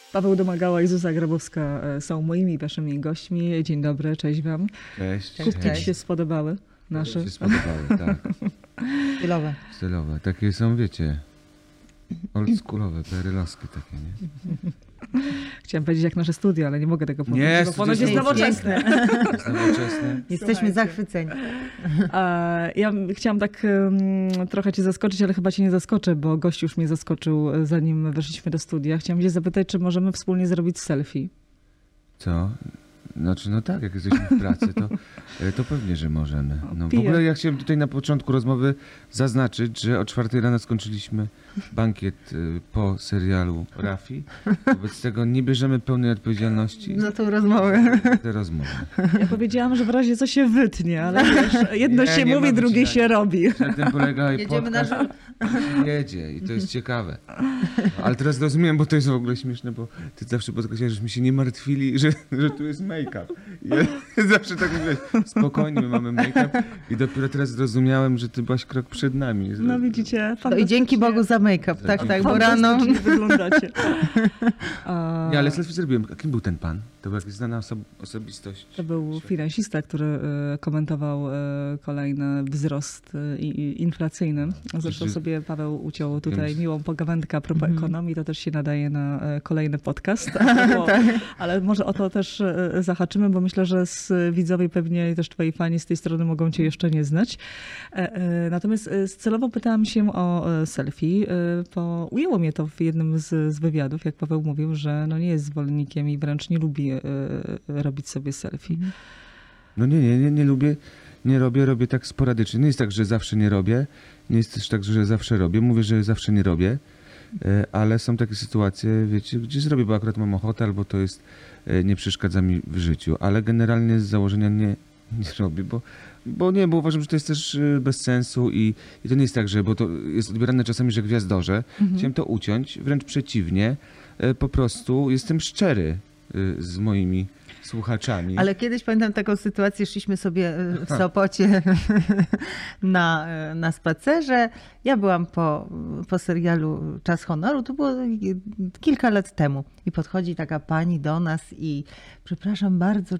Paweł Domagała i Zuza Grabowska są moimi waszymi gośćmi. Dzień dobry, cześć wam. Cześć. Kubki ci się spodobały? Nasze? Się spodobały, tak. Stylowe. Stylowe. Takie są, wiecie, oldschoolowe, perylowskie takie, nie? Chciałam powiedzieć jak nasze studia, ale nie mogę tego powiedzieć, Nie, bo ponoć jest studia są nowoczesne. Jest nowoczesne. Jesteśmy Słuchajcie. zachwyceni. Ja chciałam tak trochę cię zaskoczyć, ale chyba cię nie zaskoczę, bo gość już mnie zaskoczył, zanim weszliśmy do studia. Chciałam cię zapytać, czy możemy wspólnie zrobić selfie? Co? Znaczy, no tak, jak jesteśmy w pracy, to pewnie, że możemy. No, w Piję. ogóle ja chciałem tutaj na początku rozmowy zaznaczyć, że o 4 rano skończyliśmy bankiet po serialu Rafi. Wobec tego nie bierzemy pełnej odpowiedzialności Za tą rozmowę. za te rozmowy. Ja powiedziałam, że w razie co się wytnie, ale wiesz, jedno Nie, się nie mówi, ma drugie wycinania. się robi. Na tym polega i Jedziemy na podcast. Jedzie i to jest ciekawe. Ale teraz rozumiem, bo to jest w ogóle śmieszne, bo ty zawsze podkreślasz, żeśmy się nie martwili, że tu jest make-up. Ja zawsze tak mówię, spokojnie, my mamy make-up i dopiero teraz zrozumiałem, że ty byłaś krok przed nami. No widzicie, No i dzięki Bogu za make-up. Tak, bo rano... fantastycznie wyglądacie. Nie, ale selfie zrobiłem. A kim był ten pan? To była jakaś znana osobistość. To był finansista, który komentował kolejny wzrost inflacyjny. Zresztą sobie Paweł uciął tutaj miłą pogawędkę a propos ekonomii. To też się nadaje na kolejny podcast. Ale może o to też zahaczymy, bo myślę, że widzowie pewnie i też twoi fani z tej strony mogą cię jeszcze nie znać. Natomiast celowo pytałam się o selfie, bo ujęło mnie to w jednym z wywiadów, jak Paweł mówił, że no nie jest zwolennikiem i wręcz nie lubi robić sobie selfie. No nie lubię, nie robię tak sporadycznie. Nie jest tak, że zawsze nie robię. Nie jest też tak, że zawsze robię. Mówię, że zawsze nie robię, ale są takie sytuacje, wiecie, gdzie zrobię, bo akurat mam ochotę, albo to jest, nie przeszkadza mi w życiu. Ale generalnie z założenia nie robię, bo uważam, że to jest też bez sensu i to nie jest tak, bo to jest odbierane czasami, że gwiazdorze. Chciałem to uciąć, wręcz przeciwnie. Po prostu jestem szczery z moimi słuchaczami. Ale kiedyś pamiętam taką sytuację, szliśmy sobie w Sopocie na spacerze. Ja byłam po serialu Czas Honoru, to było kilka lat temu. I podchodzi taka pani do nas i przepraszam bardzo,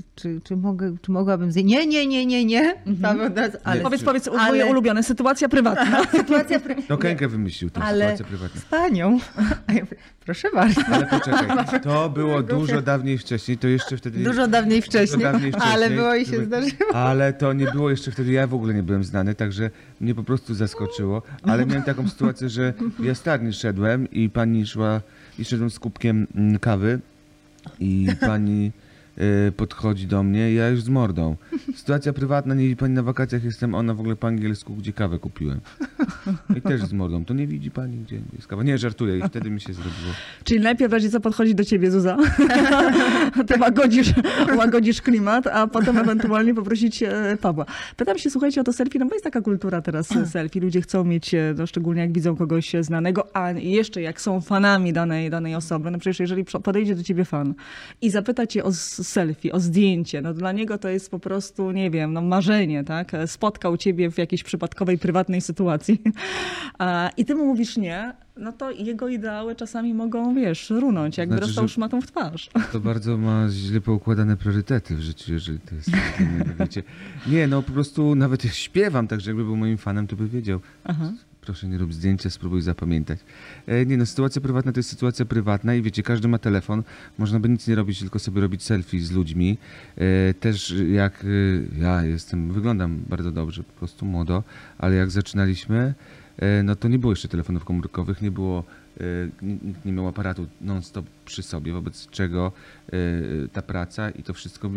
czy mogłabym zjeść? Nie. Ale, Powiedz, moje ulubione, sytuacja prywatna. sytuacja To Kenkę wymyślił, tę ale sytuację prywatną. z panią. A ja mówię, proszę bardzo. Ale poczekaj, to było dużo dawniej wcześniej, to jeszcze wtedy... Dużo dawniej wcześniej, ale było i się zdarzyło. Ale to nie było jeszcze wtedy, ja w ogóle nie byłem znany, także mnie po prostu zaskoczyło. Ale miałem taką sytuację, że w jastarni szedłem i pani szła, i szedłem z kubkiem kawy i pani podchodzi do mnie, ja już z mordą. Sytuacja prywatna, nie widzi pani na wakacjach, jestem, ona w ogóle po angielsku, gdzie kawę kupiłem. I też z mordą. To nie widzi pani, gdzie jest kawa. Nie, żartuję i wtedy mi się zrobiło. Czyli najpierw w razie co podchodzi do ciebie, Zuza. Ty łagodzisz klimat, a potem ewentualnie poprosić Pawła. Pytam się, słuchajcie, o to selfie, no bo jest taka kultura teraz selfie. Ludzie chcą mieć, no szczególnie jak widzą kogoś znanego, a jeszcze jak są fanami danej osoby. No przecież jeżeli podejdzie do ciebie fan i zapyta cię o selfie, o zdjęcie, no dla niego to jest po prostu, nie wiem, no marzenie, tak? Spotkał ciebie w jakiejś przypadkowej, prywatnej sytuacji i ty mu mówisz nie, no to jego ideały czasami mogą, wiesz, runąć, jakby Znaczy, dostał że- szmatą w twarz. To bardzo ma źle poukładane priorytety w życiu, jeżeli to jest, wiecie. Nie, no po prostu nawet jak śpiewam, także jakby był moim fanem, to by wiedział. Aha. Proszę nie rób zdjęcia, spróbuj zapamiętać. Nie no, sytuacja prywatna to jest sytuacja prywatna i wiecie, każdy ma telefon, można by nic nie robić, tylko sobie robić selfie z ludźmi. Też jak ja wyglądam bardzo dobrze, po prostu młodo, ale jak zaczynaliśmy, no to nie było jeszcze telefonów komórkowych, nie było, nikt nie miał aparatu non-stop przy sobie, wobec czego ta praca i to wszystko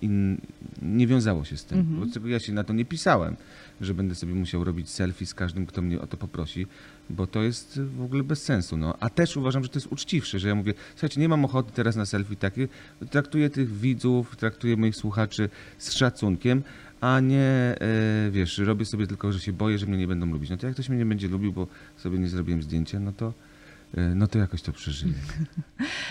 nie wiązało się z tym. Wobec czego ja się na to nie pisałem, że będę sobie musiał robić selfie z każdym, kto mnie o to poprosi, bo to jest w ogóle bez sensu. No. A też uważam, że to jest uczciwsze, że ja mówię, słuchajcie, nie mam ochoty teraz na selfie takie, traktuję tych widzów, traktuję moich słuchaczy z szacunkiem, a nie, wiesz, robię sobie tylko, że się boję, że mnie nie będą lubić. No to jak ktoś mnie nie będzie lubił, bo sobie nie zrobiłem zdjęcia, no to jakoś to przeżyję.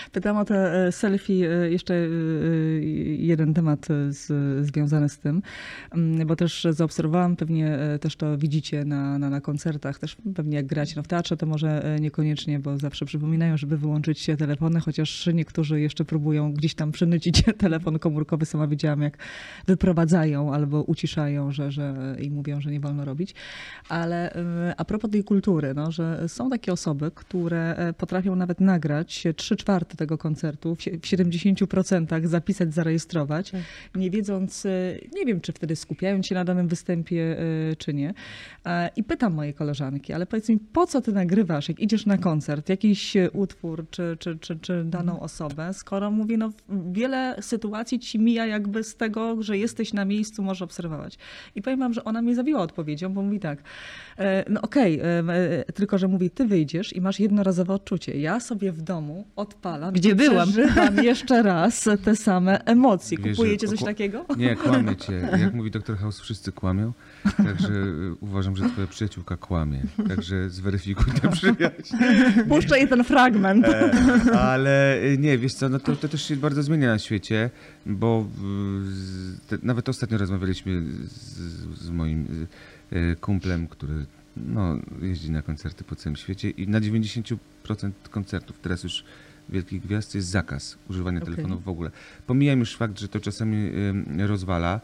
Pytałam o te selfie, jeszcze jeden temat związany z tym, bo też zaobserwowałam, pewnie też to widzicie na koncertach, też pewnie jak gracie. No w teatrze to może niekoniecznie, bo zawsze przypominają, żeby wyłączyć się telefony, chociaż niektórzy jeszcze próbują gdzieś tam przynucić telefon komórkowy. Sama widziałam, jak wyprowadzają albo uciszają, i mówią, że nie wolno robić. Ale a propos tej kultury, no, że są takie osoby, które potrafią nawet nagrać 3/4 tego koncertu, w 70% zapisać, zarejestrować, nie wiedząc, nie wiem, czy wtedy skupiają się na danym występie, czy nie. I pytam moje koleżanki, ale powiedz mi, po co ty nagrywasz, jak idziesz na koncert, jakiś utwór, czy daną osobę, skoro mówię, no wiele sytuacji ci mija jakby z tego, że jesteś na miejscu, możesz obserwować. I powiem wam, że ona mnie zabiła odpowiedzią, bo mówi tak, no okej, tylko że mówi, ty wyjdziesz i masz jednorazowe odczucie. Ja sobie w domu odpalam Gdzie i byłam? przeżywam jeszcze raz te same emocje. Wiesz, Kupujecie że coś takiego? Nie, kłamiecie. Jak mówi Dr. House, wszyscy kłamią. Także uważam, że twoja przyjaciółka kłamie. Także zweryfikuj tę przyjaźń. Puszczę jej ten fragment. Ale nie, wiesz co, no to też się bardzo zmienia na świecie, bo nawet ostatnio rozmawialiśmy z moim kumplem, który no, jeździ na koncerty po całym świecie i na 90% koncertów teraz już wielkich gwiazd jest zakaz używania telefonów w ogóle. Pomijam już fakt, że to czasami rozwala,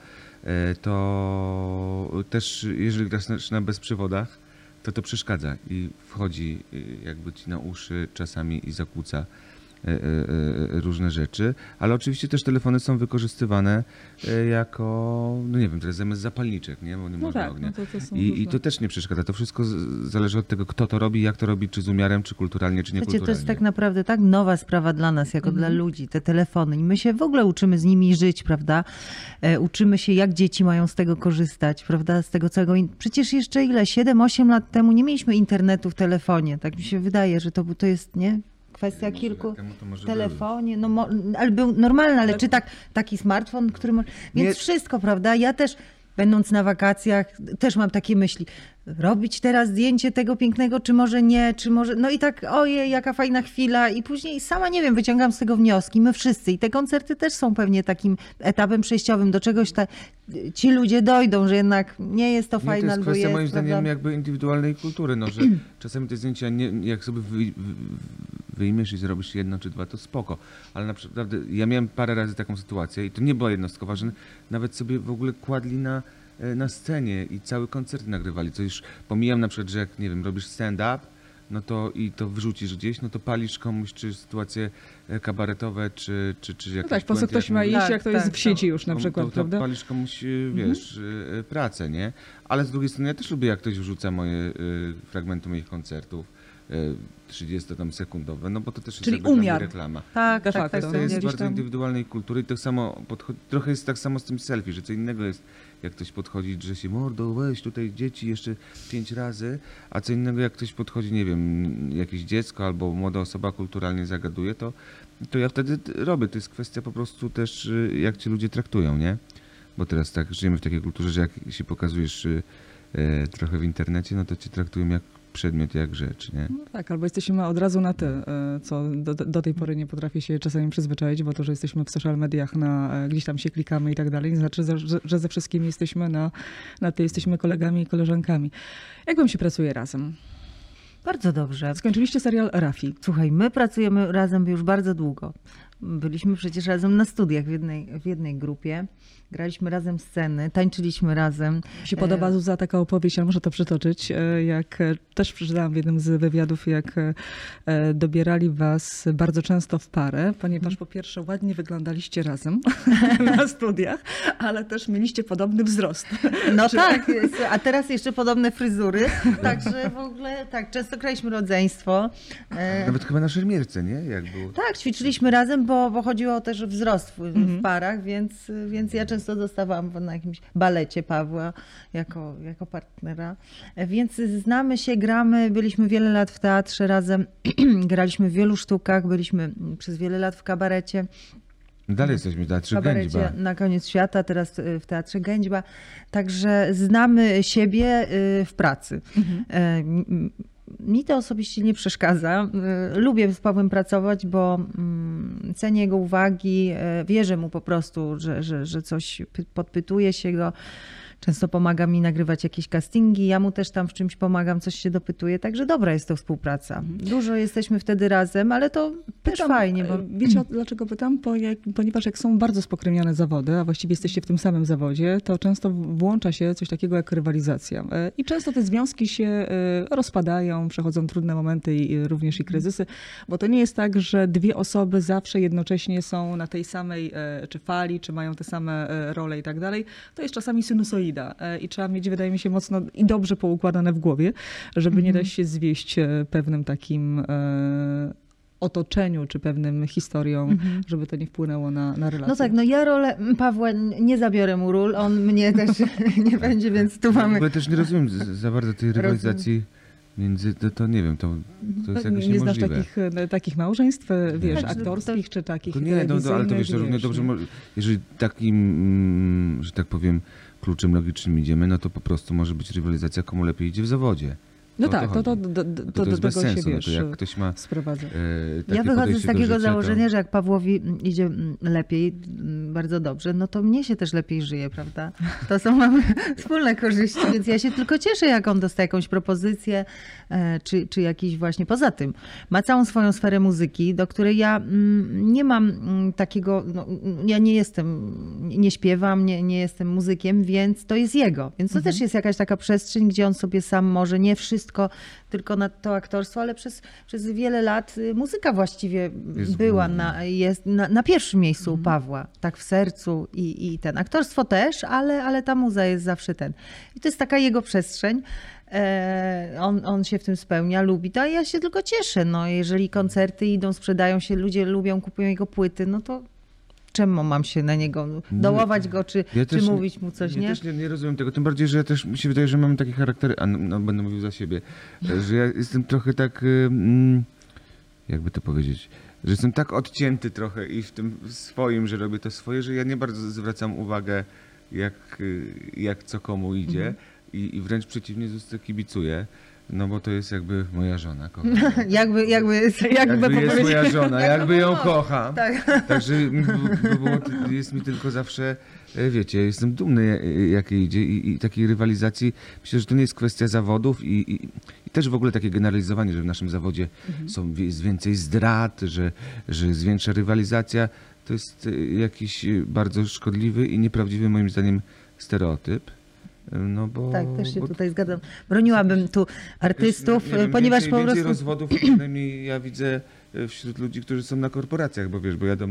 to też jeżeli grasz na bezprzewodach, to przeszkadza i wchodzi jakby ci na uszy czasami i zakłóca różne rzeczy, ale oczywiście też telefony są wykorzystywane jako, no nie wiem, teraz zamiast zapalniczek, nie? Bo nie No można tak, ognia. no to są I to też nie przeszkadza. To wszystko zależy od tego, kto to robi, jak to robi, czy z umiarem, czy kulturalnie, czy Słuchajcie, niekulturalnie. to jest tak naprawdę tak nowa sprawa dla nas, jako dla ludzi, te telefony. I my się w ogóle uczymy z nimi żyć, prawda? Uczymy się, jak dzieci mają z tego korzystać, prawda? Z tego całego. Przecież jeszcze ile? 7-8 lat temu nie mieliśmy internetu w telefonie. Tak mi się wydaje, że to jest, nie? Kwestia kilku w telefonie, no, ale był normalny, ale czy taki smartfon, który może... Więc Nie. wszystko, prawda? Ja też, będąc na wakacjach, też mam takie myśli. Robić teraz zdjęcie tego pięknego, czy może nie, czy może... No i tak, ojej, jaka fajna chwila. I później sama, nie wiem, wyciągam z tego wnioski. My wszyscy. I te koncerty też są pewnie takim etapem przejściowym. Do czegoś ci ludzie dojdą, że jednak nie jest to Nie, fajne, to jest albo kwestia jest, moim zdaniem prawda? jakby indywidualnej kultury, no, że czasami te zdjęcia, jak sobie wyjmiesz i zrobisz jedno czy dwa, to spoko. Ale naprawdę ja miałem parę razy taką sytuację i to nie była jednostkowa, że nawet sobie w ogóle kładli na scenie i cały koncert nagrywali, co już pomijam na przykład, że jak, nie wiem, robisz stand-up, no to i to wrzucisz gdzieś, no to palisz komuś, czy sytuacje kabaretowe, czy jakieś No tak, po co puenty, ktoś jak ma mówisz, iść, jak to jest w sieci już na to- przykład, to prawda? palisz komuś, wiesz, pracę, nie? Ale z drugiej strony ja też lubię, jak ktoś wrzuca moje fragmenty moich koncertów, 30 tam sekundowe, no bo to też jest Czyli jakby dla mnie umiar. reklama. Tak, De tak, facto, tak. To jest gdzieś bardzo tam- indywidualnej kultury i tak samo trochę jest tak samo z tym selfie, że co innego jest, jak ktoś podchodzi, że się mordo, weź tutaj dzieci jeszcze 5 razy, a co innego jak ktoś podchodzi, nie wiem, jakieś dziecko albo młoda osoba kulturalnie zagaduje, to ja wtedy robię. To jest kwestia po prostu też, jak cię ludzie traktują, nie? Bo teraz tak żyjemy w takiej kulturze, że jak się pokazujesz trochę w internecie, no to cię traktują jak przedmiot, jak rzecz, nie? No tak, albo jesteśmy od razu na ty, co do tej pory nie potrafię się czasami przyzwyczaić, bo to, że jesteśmy w social mediach, gdzieś tam się klikamy i tak dalej, nie znaczy, że ze wszystkimi jesteśmy na ty, jesteśmy kolegami i koleżankami. Jak wam się pracuje razem? Bardzo dobrze. Skończyliście serial Rafi. Słuchaj, my pracujemy razem już bardzo długo. Byliśmy przecież razem na studiach w jednej grupie. Graliśmy razem sceny, tańczyliśmy razem. Mi się podoba, Zuza, taka opowieść, ale muszę to przytoczyć, jak też przeczytałam w jednym z wywiadów, jak dobierali was bardzo często w parę, ponieważ po pierwsze ładnie wyglądaliście razem na studiach, ale też mieliście podobny wzrost. No tak, a teraz jeszcze podobne fryzury, także w ogóle tak, często graliśmy rodzeństwo. Nawet chyba na szermierce, nie? Jak było. Tak, ćwiczyliśmy razem, bo chodziło też o wzrost w parach, więc ja często dostawałam na jakimś balecie Pawła jako partnera. Więc znamy się, gramy, byliśmy wiele lat w teatrze razem, graliśmy w wielu sztukach, byliśmy przez wiele lat w kabarecie. Dalej jesteśmy w Teatrze W kabarecie Gędźba. Na koniec świata, teraz w Teatrze Gędźba. Także znamy siebie w pracy. Mi to osobiście nie przeszkadza. Lubię z Pawłem pracować, bo cenię jego uwagi, wierzę mu po prostu, że coś podpytuje się go. Często pomaga mi nagrywać jakieś castingi, ja mu też tam w czymś pomagam, coś się dopytuję, także dobra jest to współpraca. Dużo jesteśmy wtedy razem, ale to też fajnie. Bo... Wiecie dlaczego pytam? Ponieważ jak są bardzo spokrewnione zawody, a właściwie jesteście w tym samym zawodzie, to często włącza się coś takiego jak rywalizacja. I często te związki się rozpadają, przechodzą trudne momenty i również i kryzysy, bo to nie jest tak, że dwie osoby zawsze jednocześnie są na tej samej czy fali, czy mają te same role i tak dalej. To jest czasami sinusoida. I trzeba mieć, wydaje mi się, mocno i dobrze poukładane w głowie, żeby nie dać się zwieść pewnym takim otoczeniu, czy pewnym historiom, żeby to nie wpłynęło na relacje. No tak, no ja rolę Pawła nie zabiorę mu ról, on mnie też nie będzie, więc tu mamy... Ja też nie rozumiem za bardzo tej rywalizacji między, to nie wiem, to jest jakoś nie znasz niemożliwe. takich małżeństw, wiesz, Znaczy, aktorskich, czy takich Nie, ale to wiesz, równie dobrze, jeżeli takim, że tak powiem, kluczem logicznym idziemy, no to po prostu może być rywalizacja, komu lepiej idzie w zawodzie. No tak, to do tego bez sensu, się, wiesz, no to jak ktoś ma sprowadza. Ja wychodzę z takiego założenia, to... że jak Pawłowi idzie lepiej, bardzo dobrze, no to mnie się też lepiej żyje, prawda? To są mamy wspólne korzyści, więc ja się tylko cieszę, jak on dostaje jakąś propozycję, czy jakiś właśnie. Poza tym ma całą swoją sferę muzyki, do której ja nie mam takiego, no, ja nie śpiewam, nie jestem muzykiem, więc to jest jego. Więc to też jest jakaś taka przestrzeń, gdzie on sobie sam może, nie wszystko tylko na to aktorstwo, ale przez wiele lat muzyka właściwie była na pierwszym miejscu u Pawła, tak w sercu i ten. Aktorstwo też, ale ta muza jest zawsze ten. I to jest taka jego przestrzeń. On się w tym spełnia, lubi to, a ja się tylko cieszę. No, jeżeli koncerty idą, sprzedają się, ludzie lubią, kupują jego płyty, no to czemu mam się na niego dołować go, czy mówić mu coś, nie? Ja też nie rozumiem tego, tym bardziej, że ja też mi się wydaje, że mam takie charaktery, będę mówił za siebie, że ja jestem trochę tak, jakby to powiedzieć, że jestem tak odcięty trochę i w tym swoim, że robię to swoje, że ja nie bardzo zwracam uwagę, jak co komu idzie i wręcz przeciwnie, kibicuję. No bo to jest jakby moja żona, kocham. jakby jest moja żona, jakby ją kocham. Tak. Także jest mi tylko zawsze, wiecie, jestem dumny, jak idzie i takiej rywalizacji. Myślę, że to nie jest kwestia zawodów i też w ogóle takie generalizowanie, że w naszym zawodzie jest więcej zdrad, że jest większa rywalizacja. To jest jakiś bardzo szkodliwy i nieprawdziwy moim zdaniem stereotyp. No bo, tak, też się tutaj zgadzam. Broniłabym tu artystów, ponieważ po prostu... rozwodów przynajmniej ja widzę wśród ludzi, którzy są na korporacjach, bo wiesz, bo jadą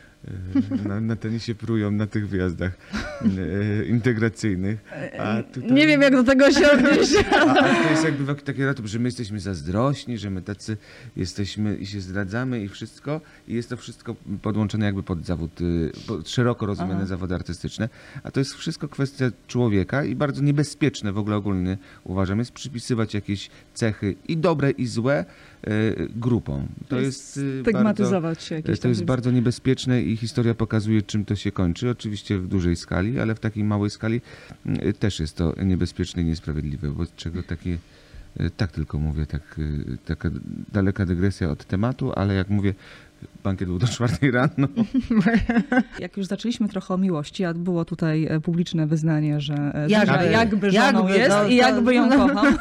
na tenisie, prują na tych wyjazdach integracyjnych. A tutaj... Nie wiem, jak do tego się odnieść. A to jest jakby taki ratum, że my jesteśmy zazdrośni, że my tacy jesteśmy i się zdradzamy i wszystko. I jest to wszystko podłączone jakby pod zawód, pod szeroko rozumiane zawody artystyczne. A to jest wszystko kwestia człowieka i bardzo niebezpieczne w ogóle ogólnie uważam, jest przypisywać jakieś cechy i dobre i złe grupom. To jest stygmatyzować się jakieś. To jest bardzo niebezpieczne i historia pokazuje, czym to się kończy. Oczywiście w dużej skali, ale w takiej małej skali też jest to niebezpieczne i niesprawiedliwe. Bo czego takie, tak tylko mówię, taka daleka dygresja od tematu, ale jak mówię, bankiet był do 4 rano. Jak już zaczęliśmy trochę o miłości, a było tutaj publiczne wyznanie, że jakby żoną jest i jakby ją kocham.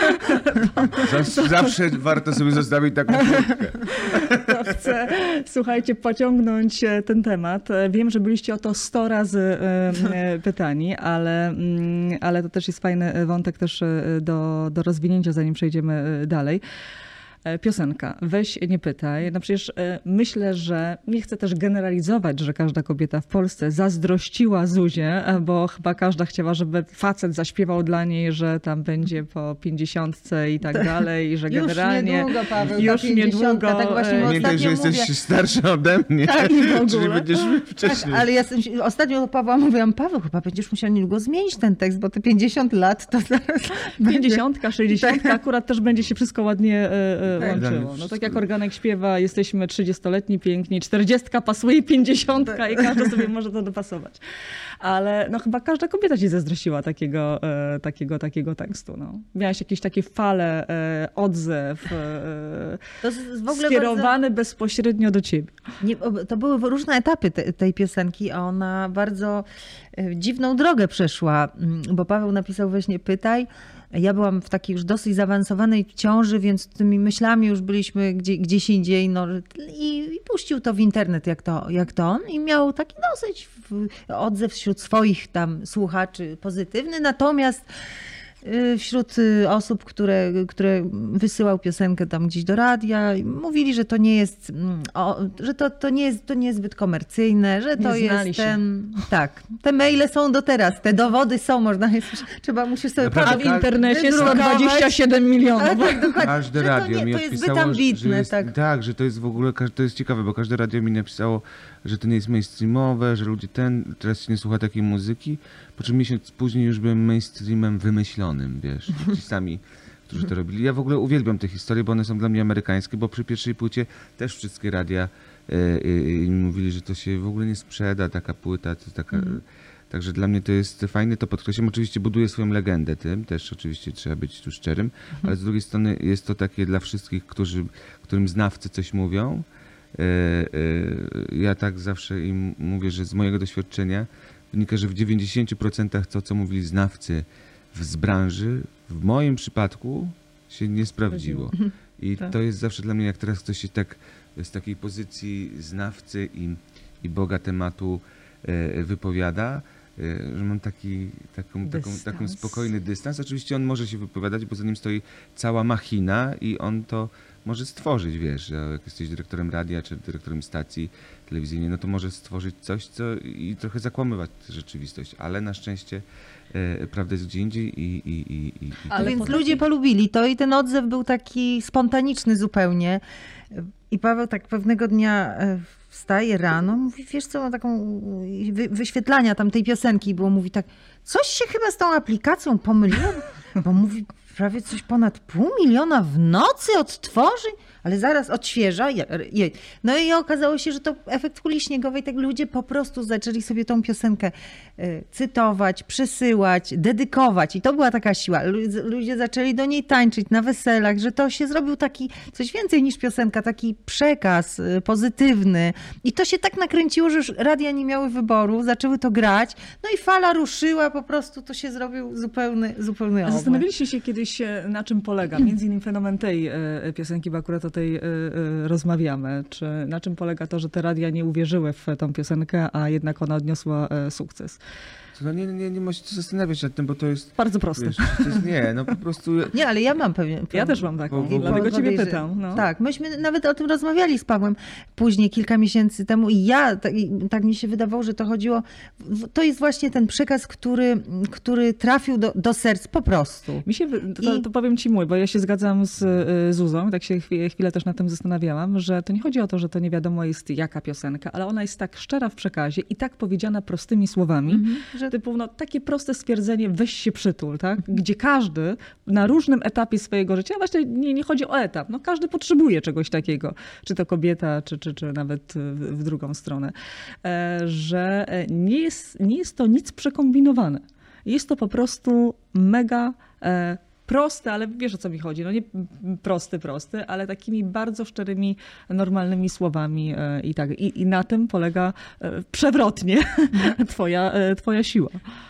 Zawsze warto sobie zostawić taką krótkę. To chcę, słuchajcie, pociągnąć ten temat. Wiem, że byliście o to 100 razy pytani, ale to też jest fajny wątek też do rozwinięcia, zanim przejdziemy dalej. Piosenka, weź nie pytaj. No przecież myślę, że nie chcę też generalizować, że każda kobieta w Polsce zazdrościła Zuzie, bo chyba każda chciała, żeby facet zaśpiewał dla niej, że tam będzie po 50 i tak dalej, i że generalnie... Już niedługo, Paweł, już 50, niedługo. tak właśnie pamiętaj, że jesteś starsza ode mnie, tak, i w ogóle. czyli będziesz wcześniej. Tak, ale ja ostatnio do Pawła mówiłam, Paweł, chyba będziesz musiał niedługo zmienić ten tekst, bo te 50 lat to zaraz... 50, 60, akurat też będzie się wszystko ładnie łączyło. No tak jak organek śpiewa, jesteśmy 30-letni, piękni, 40 pasuje 50 i każdy sobie może to dopasować. Ale no chyba każda kobieta ci zazdrościła takiego tekstu. No. Miałaś jakieś takie fale, odzew, To w ogóle skierowany bezpośrednio do ciebie. To były różne etapy tej piosenki, a ona bardzo dziwną drogę przeszła, bo Paweł napisał właśnie Pytaj. Ja byłam w takiej już dosyć zaawansowanej ciąży, więc tymi myślami już byliśmy gdzieś indziej. No, i puścił to w internet, jak to on. I miał taki dosyć odzew wśród swoich tam słuchaczy pozytywny. Natomiast wśród osób, które wysyłał piosenkę tam gdzieś do radia, mówili, że to nie jest, że to nie jest zbyt komercyjne, że to jest ten... Tak, te maile są do teraz, te dowody są, musisz sobie A w internecie 127 milionów. Tak, dokładnie. Każde radio mi to jest odpisało, zbyt ambitne. że jest, tak, że to jest w ogóle, to jest ciekawe, bo każde radio mi napisało, że to nie jest mainstreamowe, że ludzie teraz się nie słucha takiej muzyki, po czym miesiąc później już byłem mainstreamem wymyślonym, wiesz, ci sami, którzy to robili. Ja w ogóle uwielbiam te historie, bo one są dla mnie amerykańskie, bo przy pierwszej płycie też wszystkie radia mówili, że to się w ogóle nie sprzeda, taka płyta, to taka... Także dla mnie to jest fajne, to podkreślam. Oczywiście buduje swoją legendę tym, też oczywiście trzeba być tu szczerym, ale z drugiej strony jest to takie dla wszystkich, którym znawcy coś mówią. Ja tak zawsze im mówię, że z mojego doświadczenia wynika, że w 90% to, co mówili znawcy z branży, w moim przypadku się nie sprawdziło. I to jest zawsze dla mnie, jak teraz ktoś się tak z takiej pozycji znawcy i Boga tematu wypowiada, że mam taką spokojny dystans. Oczywiście on może się wypowiadać, bo za nim stoi cała machina i on to może stworzyć, wiesz, że jak jesteś dyrektorem radia czy dyrektorem stacji telewizyjnej, no to może stworzyć coś, i trochę zakłamywać rzeczywistość, ale na szczęście prawda jest gdzie indziej Ale więc ludzie polubili to i ten odzew był taki spontaniczny zupełnie. I Paweł tak pewnego dnia wstaje rano, mówi, wiesz co, ma taką wyświetlania tam tej piosenki było, mówi tak, coś się chyba z tą aplikacją pomyliło, bo mówi, prawie coś ponad 500 000 w nocy odtworzy, ale zaraz odświeża. No i okazało się, że to efekt kuli śniegowej, tak ludzie po prostu zaczęli sobie tą piosenkę cytować, przesyłać, dedykować i to była taka siła. Ludzie zaczęli do niej tańczyć na weselach, że to się zrobił taki coś więcej niż piosenka, taki przekaz pozytywny i to się tak nakręciło, że już radia nie miały wyboru, zaczęły to grać, no i fala ruszyła, po prostu to się zrobił zupełny obłęd. Zastanawialiście się kiedyś, na czym polega, między innymi fenomen tej piosenki, bo akurat o tej rozmawiamy, czy na czym polega to, że te radia nie uwierzyły w tą piosenkę, a jednak ona odniosła sukces? No nie ma się co zastanawiać nad tym, bo to jest... Bardzo proste. Wiesz, to jest, no po prostu... Nie, ale ja mam pewien... Ja też mam taką, dlatego ciebie pytam. No. Tak, myśmy nawet o tym rozmawiali z Pawłem później, kilka miesięcy temu i tak mi się wydawało, że to chodziło... To jest właśnie ten przekaz, który trafił do serc po prostu. To powiem ci bo ja się zgadzam z Zuzą, tak się chwilę też nad tym zastanawiałam, że to nie chodzi o to, że to nie wiadomo jest jaka piosenka, ale ona jest tak szczera w przekazie i tak powiedziana prostymi słowami, że typu, takie proste stwierdzenie, weź się przytul, tak? Gdzie każdy na różnym etapie swojego życia, właśnie nie chodzi o etap, no każdy potrzebuje czegoś takiego, czy to kobieta, czy nawet w drugą stronę, że nie jest to nic przekombinowane. Jest to po prostu mega proste, ale wiesz o co mi chodzi. No nie prosty, ale takimi bardzo szczerymi, normalnymi słowami i tak. I na tym polega przewrotnie twoja siła.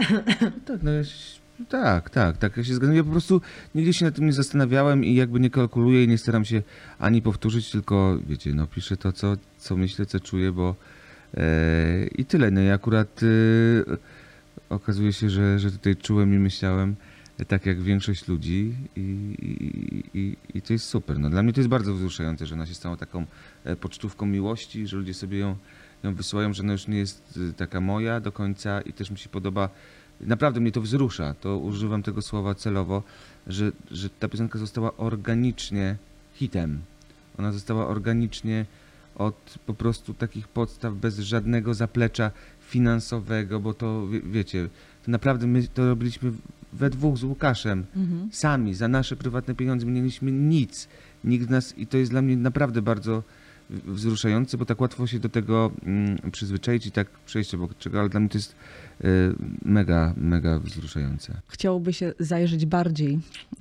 Tak, ja się zgadzam. Ja po prostu nigdy się nad tym nie zastanawiałem i jakby nie kalkuluję i nie staram się ani powtórzyć, tylko wiecie, no piszę to, co myślę, co czuję, bo i tyle. No i akurat okazuje się, że tutaj czułem i myślałem tak jak większość ludzi i to jest super. No, dla mnie to jest bardzo wzruszające, że ona się stała taką pocztówką miłości, że ludzie sobie ją wysyłają, że ona już nie jest taka moja do końca i też mi się podoba. Naprawdę mnie to wzrusza, to używam tego słowa celowo, że ta piosenka została organicznie hitem. Ona została organicznie od po prostu takich podstaw, bez żadnego zaplecza finansowego, bo to wiecie, to naprawdę my to robiliśmy we dwóch z Łukaszem, sami, za nasze prywatne pieniądze, my nie mieliśmy nic. Nikt nas, i to jest dla mnie naprawdę bardzo wzruszające, bo tak łatwo się do tego przyzwyczaić i tak przejść obok czego, ale dla mnie to jest mega, mega wzruszające. Chciałoby się zajrzeć bardziej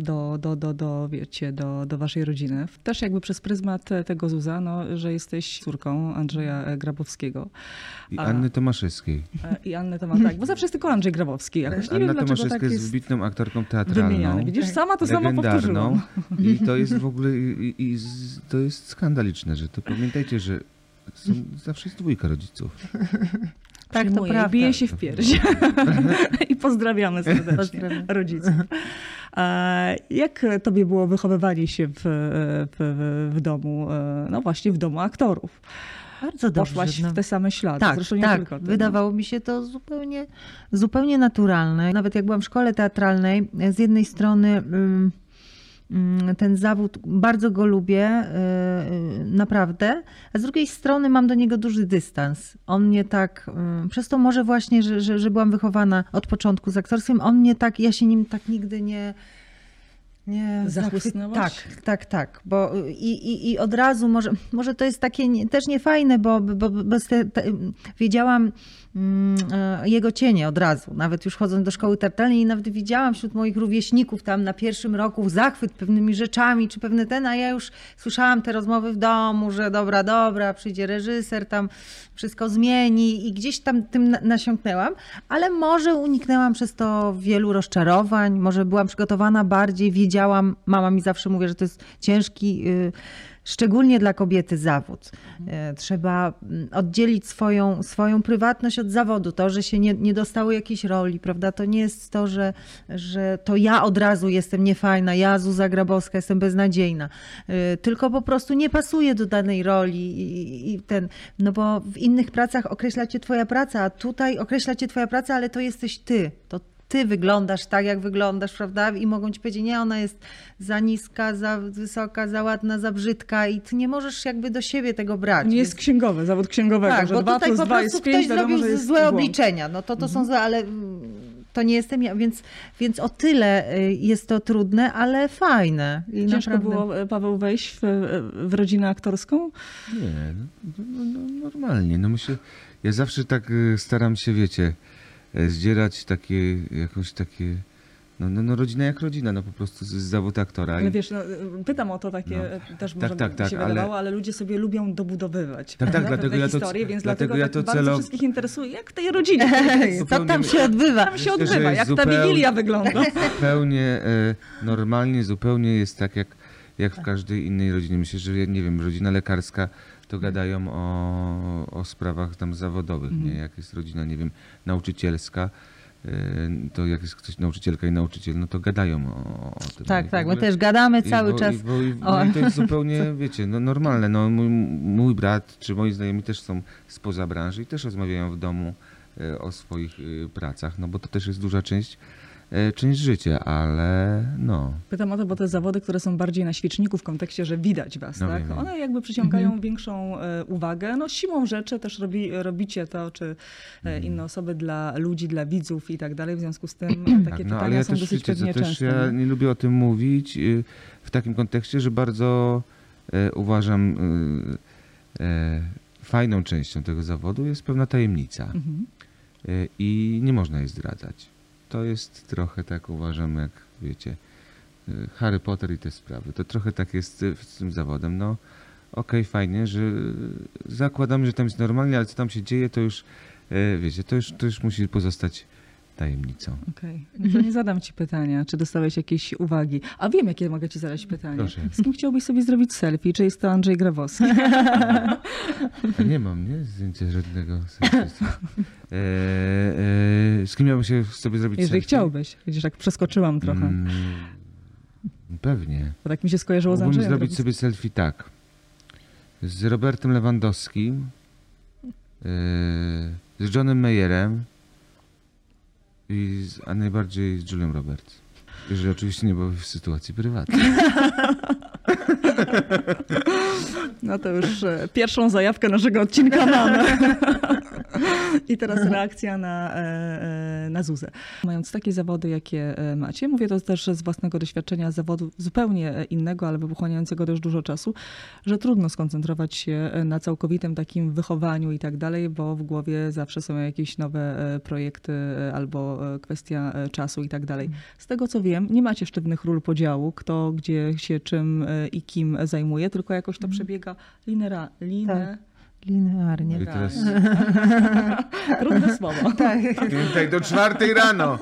do waszej rodziny. Też jakby przez pryzmat tego Zuza, no, że jesteś córką Andrzeja Grabowskiego. I Anny Tomaszewskiej. I Anny Tomaszewskiej, tak, bo zawsze jest tylko Andrzej Grabowski. Jakoś nie wiem, Anna dlaczego Tomaszewska tak jest wybitną aktorką teatralną. wymieniany. Widzisz, sama to samo legendarną. powtórzyłam. I to jest w ogóle, to jest skandaliczne, że to pamiętajcie, że zawsze jest dwójka rodziców. Tak, to Przyjmuję, prawda. bije się w pierś. I pozdrawiamy serdecznie rodziców. Jak tobie było wychowywanie się w domu, no właśnie w domu aktorów? Bardzo dobrze. Poszłaś w te same ślady. Tak, Zresztą nie tak. tylko ty, Wydawało mi się to zupełnie naturalne. Nawet jak byłam w szkole teatralnej, z jednej strony ten zawód, bardzo go lubię, naprawdę, a z drugiej strony mam do niego duży dystans. On mnie tak, przez to może właśnie, że byłam wychowana od początku z aktorstwem, on mnie tak, ja się nim tak nigdy nie Zachłysnęłaś? Tak, bo i od razu, może to jest takie też niefajne, bo wiedziałam jego cienie od razu, nawet już chodząc do szkoły teatralnej i nawet widziałam wśród moich rówieśników tam na pierwszym roku zachwyt pewnymi rzeczami, czy pewne a ja już słyszałam te rozmowy w domu, że dobra, przyjdzie reżyser, tam wszystko zmieni i gdzieś tam tym nasiąknęłam, ale może uniknęłam przez to wielu rozczarowań, może byłam przygotowana bardziej, wiedziałam, mama mi zawsze mówi, że to jest ciężki, szczególnie dla kobiety, zawód. Trzeba oddzielić swoją prywatność od zawodu. To, że się nie dostało jakiejś roli, prawda? To nie jest to, że to ja od razu jestem niefajna, ja Zuza Grabowska jestem beznadziejna. Tylko po prostu nie pasuję do danej roli no bo w innych pracach określa cię twoja praca, a tutaj określa cię twoja praca, ale to jesteś ty. To ty wyglądasz tak, jak wyglądasz, prawda? I mogą ci powiedzieć, nie, ona jest za niska, za wysoka, za ładna, za brzydka i ty nie możesz jakby do siebie tego brać. Nie jest księgowy, zawód księgowego, tak, że bo 2 tutaj plus po 2 prostu jest 5, ktoś wiadomo, zrobił że jest złe błąd. obliczenia, no to są złe, ale to nie jestem ja, więc o tyle jest to trudne, ale fajne. I Ciężko naprawdę... było, Paweł, wejść w rodzinę aktorską? Nie, normalnie. No ja zawsze tak staram się, wiecie, zdzierać jakoś takie, rodzina jak rodzina, no po prostu z zawodu aktora. Ale wiesz, pytam o to takie, też może by się wydawało, ale ludzie sobie lubią dobudowywać. Tak, dlatego ja to historię, więc dlatego ja to bardzo wszystkich interesuje, jak w tej rodzinie. To tam się odbywa. Tam się odbywa, jak ta Wigilia wygląda. Zupełnie normalnie, zupełnie jest tak jak w każdej innej rodzinie. Myślę, że nie wiem, rodzina lekarska to gadają o sprawach tam zawodowych, nie? Jak jest rodzina, nie wiem, nauczycielska, to jak jest ktoś nauczycielka i nauczyciel, no to gadają o tym. Tak, my też gadamy cały czas. I to jest zupełnie, wiecie, normalne. No, mój brat czy moi znajomi też są spoza branży i też rozmawiają w domu o swoich pracach, no bo to też jest duża część życia, ale no. Pytam o to, bo te zawody, które są bardziej na świeczniku w kontekście, że widać was, tak? Wiem. One jakby przyciągają większą uwagę. No siłą rzeczy też robicie to, czy inne osoby dla ludzi, dla widzów i tak dalej. W związku z tym takie pytania ale ja są też, dosyć wiecie, pewnie też częste. ja nie lubię o tym mówić w takim kontekście, że bardzo uważam fajną częścią tego zawodu jest pewna tajemnica i nie można jej zdradzać. To jest trochę tak, uważam, jak wiecie, Harry Potter i te sprawy. To trochę tak jest z tym zawodem. No okej, fajnie, że zakładam, że tam jest normalnie, ale co tam się dzieje, to już wiecie, to już musi pozostać tajemnicą. Okej. No to nie zadam ci pytania, czy dostałeś jakieś uwagi. A wiem, jakie mogę ci zadać pytanie. Proszę. Z kim chciałbyś sobie zrobić selfie? Czy jest to Andrzej Grabowski? A nie mam, zdjęcia żadnego. Z kim miałbym się sobie zrobić Jeżeli selfie? chciałbyś. Widzisz, tak przeskoczyłam trochę. Pewnie. Bo tak mi się skojarzyło z Mógłbym Andrzejem zrobić sobie selfie tak. Z Robertem Lewandowskim, z Johnem Mayerem a najbardziej z Julią Roberts. Jeżeli oczywiście nie byłoby w sytuacji prywatnej. No to już pierwszą zajawkę naszego odcinka mamy. I teraz reakcja na Zuzę. Mając takie zawody, jakie macie, mówię to też z własnego doświadczenia zawodu zupełnie innego, ale wychłaniającego też dużo czasu, że trudno skoncentrować się na całkowitym takim wychowaniu i tak dalej, bo w głowie zawsze są jakieś nowe projekty albo kwestia czasu i tak dalej. Z tego co wiem, nie macie sztywnych ról podziału, kto gdzie się czym i kim zajmuje, tylko jakoś to przebiega Linearnie. I teraz Trudne słowo. tutaj do 4 rano.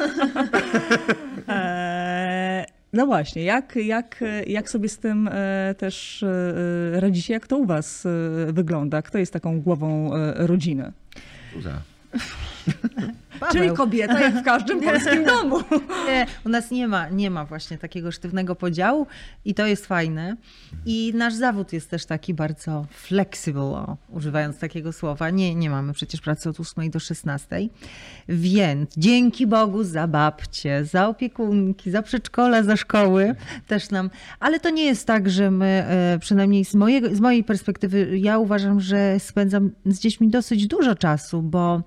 No właśnie, jak sobie z tym też radzicie? Jak to u was wygląda? Kto jest taką głową rodziny? Zuza. Paweł. Czyli kobieta, jak w każdym polskim domu. Nie, u nas nie ma właśnie takiego sztywnego podziału i to jest fajne. I nasz zawód jest też taki bardzo flexible, używając takiego słowa. Nie mamy przecież pracy od 8 do 16. Więc dzięki Bogu za babcie, za opiekunki, za przedszkola, za szkoły też nam. Ale to nie jest tak, że my, przynajmniej z mojej perspektywy, ja uważam, że spędzam z dziećmi dosyć dużo czasu, bo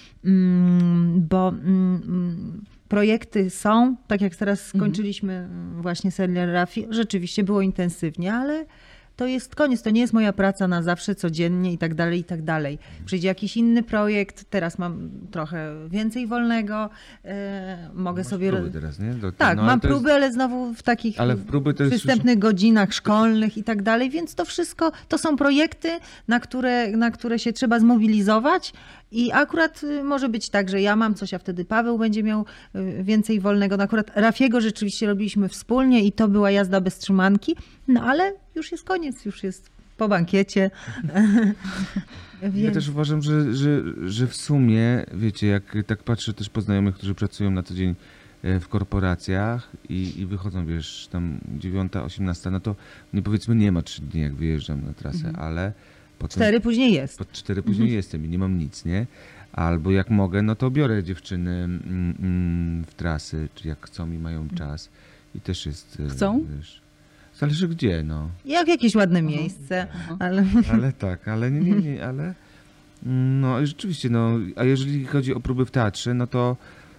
projekty są, tak jak teraz skończyliśmy właśnie serial Rafi, rzeczywiście było intensywnie, ale to jest koniec, to nie jest moja praca na zawsze, codziennie i tak dalej, i tak dalej. Przyjdzie jakiś inny projekt, teraz mam trochę więcej wolnego, mogę Masz sobie... próby teraz, nie? Tak, No, mam to jest- próby, ale znowu w takich Ale w próby to jest przystępnych godzinach szkolnych i tak dalej, więc to wszystko, to są projekty, na które się trzeba zmobilizować i akurat może być tak, że ja mam coś, a wtedy Paweł będzie miał więcej wolnego. No akurat Rafiego rzeczywiście robiliśmy wspólnie i to była jazda bez trzymanki, no ale już jest koniec, już jest po bankiecie. Ja też uważam, że w sumie, wiecie, jak tak patrzę też po znajomych, którzy pracują na co dzień w korporacjach i wychodzą, wiesz, tam 9, 18, no to nie powiedzmy nie ma 3 dni, jak wyjeżdżam na trasę, ale potem 4 później jest. po 4 później jestem i nie mam nic, nie? Albo jak mogę, no to biorę dziewczyny w trasy, czy jak chcą i mają czas. I też jest... Chcą? Wiesz, zależy gdzie, no. Jak jakieś ładne miejsce, ale... Ale tak, ale nie, ale... No i rzeczywiście, no, a jeżeli chodzi o próby w teatrze, no to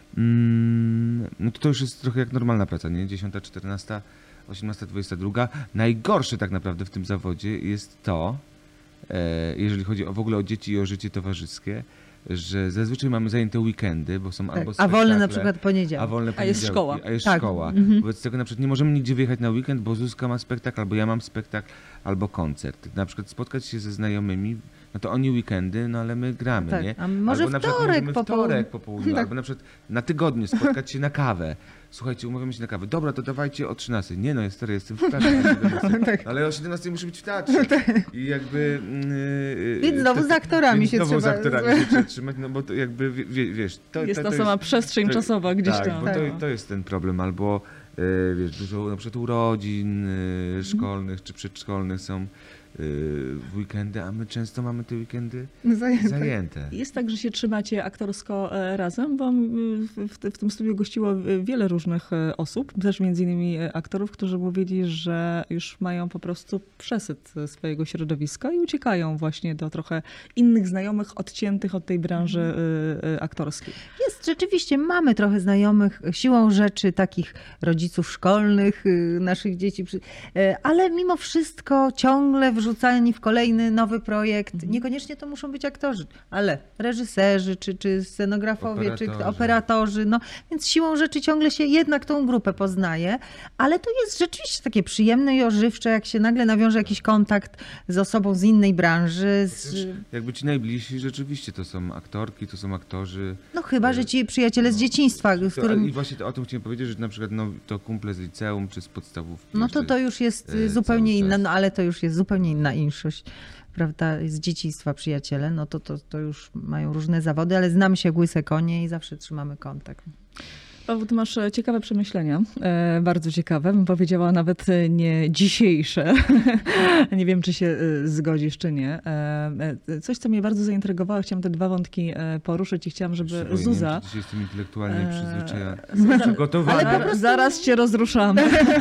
no to już jest trochę jak normalna praca, nie? 10, 14, 18, 22. Najgorsze tak naprawdę w tym zawodzie jest to, jeżeli chodzi w ogóle o dzieci i o życie towarzyskie, że zazwyczaj mamy zajęte weekendy, bo są albo A wolne na spektakle, przykład poniedziałek. a wolne A jest poniedziałki, szkoła. A jest Tak. szkoła. Wobec tego na przykład nie możemy nigdzie wyjechać na weekend, bo Zuzka ma spektakl, albo ja mam spektakl, albo koncert. Na przykład spotkać się ze znajomymi, no to oni weekendy, no ale my gramy, Tak, nie? a może albo na przykład wtorek możemy po wtorek po południu, Tak. albo na przykład na tygodniu spotkać się na kawę. Słuchajcie, umawiamy się na kawę. Dobra, to dawajcie o 13. Nie no, jestem w teatrze o 17. No, ale o 17 muszę być w teatrze. I jakby... Więc znowu z aktorami więc się znowu trzeba... z aktorami się trzeba trzymać, no bo to jakby, wiesz... Jest ta sama przestrzeń czosowa gdzieś tak, tam. bo to jest ten problem. Albo wiesz, dużo na przykład urodzin szkolnych czy przedszkolnych są w weekendy, a my często mamy te weekendy zajęte. Jest tak, że się trzymacie aktorsko razem, bo w tym studiu gościło wiele różnych osób, też między innymi aktorów, którzy mówili, że już mają po prostu przesyt swojego środowiska i uciekają właśnie do trochę innych znajomych, odciętych od tej branży aktorskiej. Jest, rzeczywiście mamy trochę znajomych, siłą rzeczy takich rodziców szkolnych, naszych dzieci, ale mimo wszystko ciągle wrzucani w kolejny nowy projekt. Niekoniecznie to muszą być aktorzy, ale reżyserzy, czy scenografowie, czy operatorzy. No, więc siłą rzeczy ciągle się jednak tą grupę poznaje, ale to jest rzeczywiście takie przyjemne i ożywcze, jak się nagle nawiąże jakiś kontakt z osobą z innej branży. Jakby ci najbliżsi rzeczywiście to są aktorki, to są aktorzy. No chyba, że ci przyjaciele z dzieciństwa, z którym... I właśnie o tym chciałem powiedzieć, że na przykład no, to kumple z liceum czy z podstawówki. No to już jest zupełnie inna, no ale to już jest zupełnie inna inszość, prawda, z dzieciństwa przyjaciele, no to już mają różne zawody, ale znamy się jak łyse konie i zawsze trzymamy kontakt. Paweł, ty masz ciekawe przemyślenia, bardzo ciekawe, bym powiedziała nawet nie dzisiejsze. Nie wiem, czy się zgodzisz, czy nie. Coś, co mnie bardzo zaintrygowało, chciałam te dwa wątki poruszyć i chciałam, żeby Zuza... Nie wiem, czy dzisiaj jestem intelektualnie przyzwyczajony, Zuza, przygotowany. Zaraz cię rozruszamy.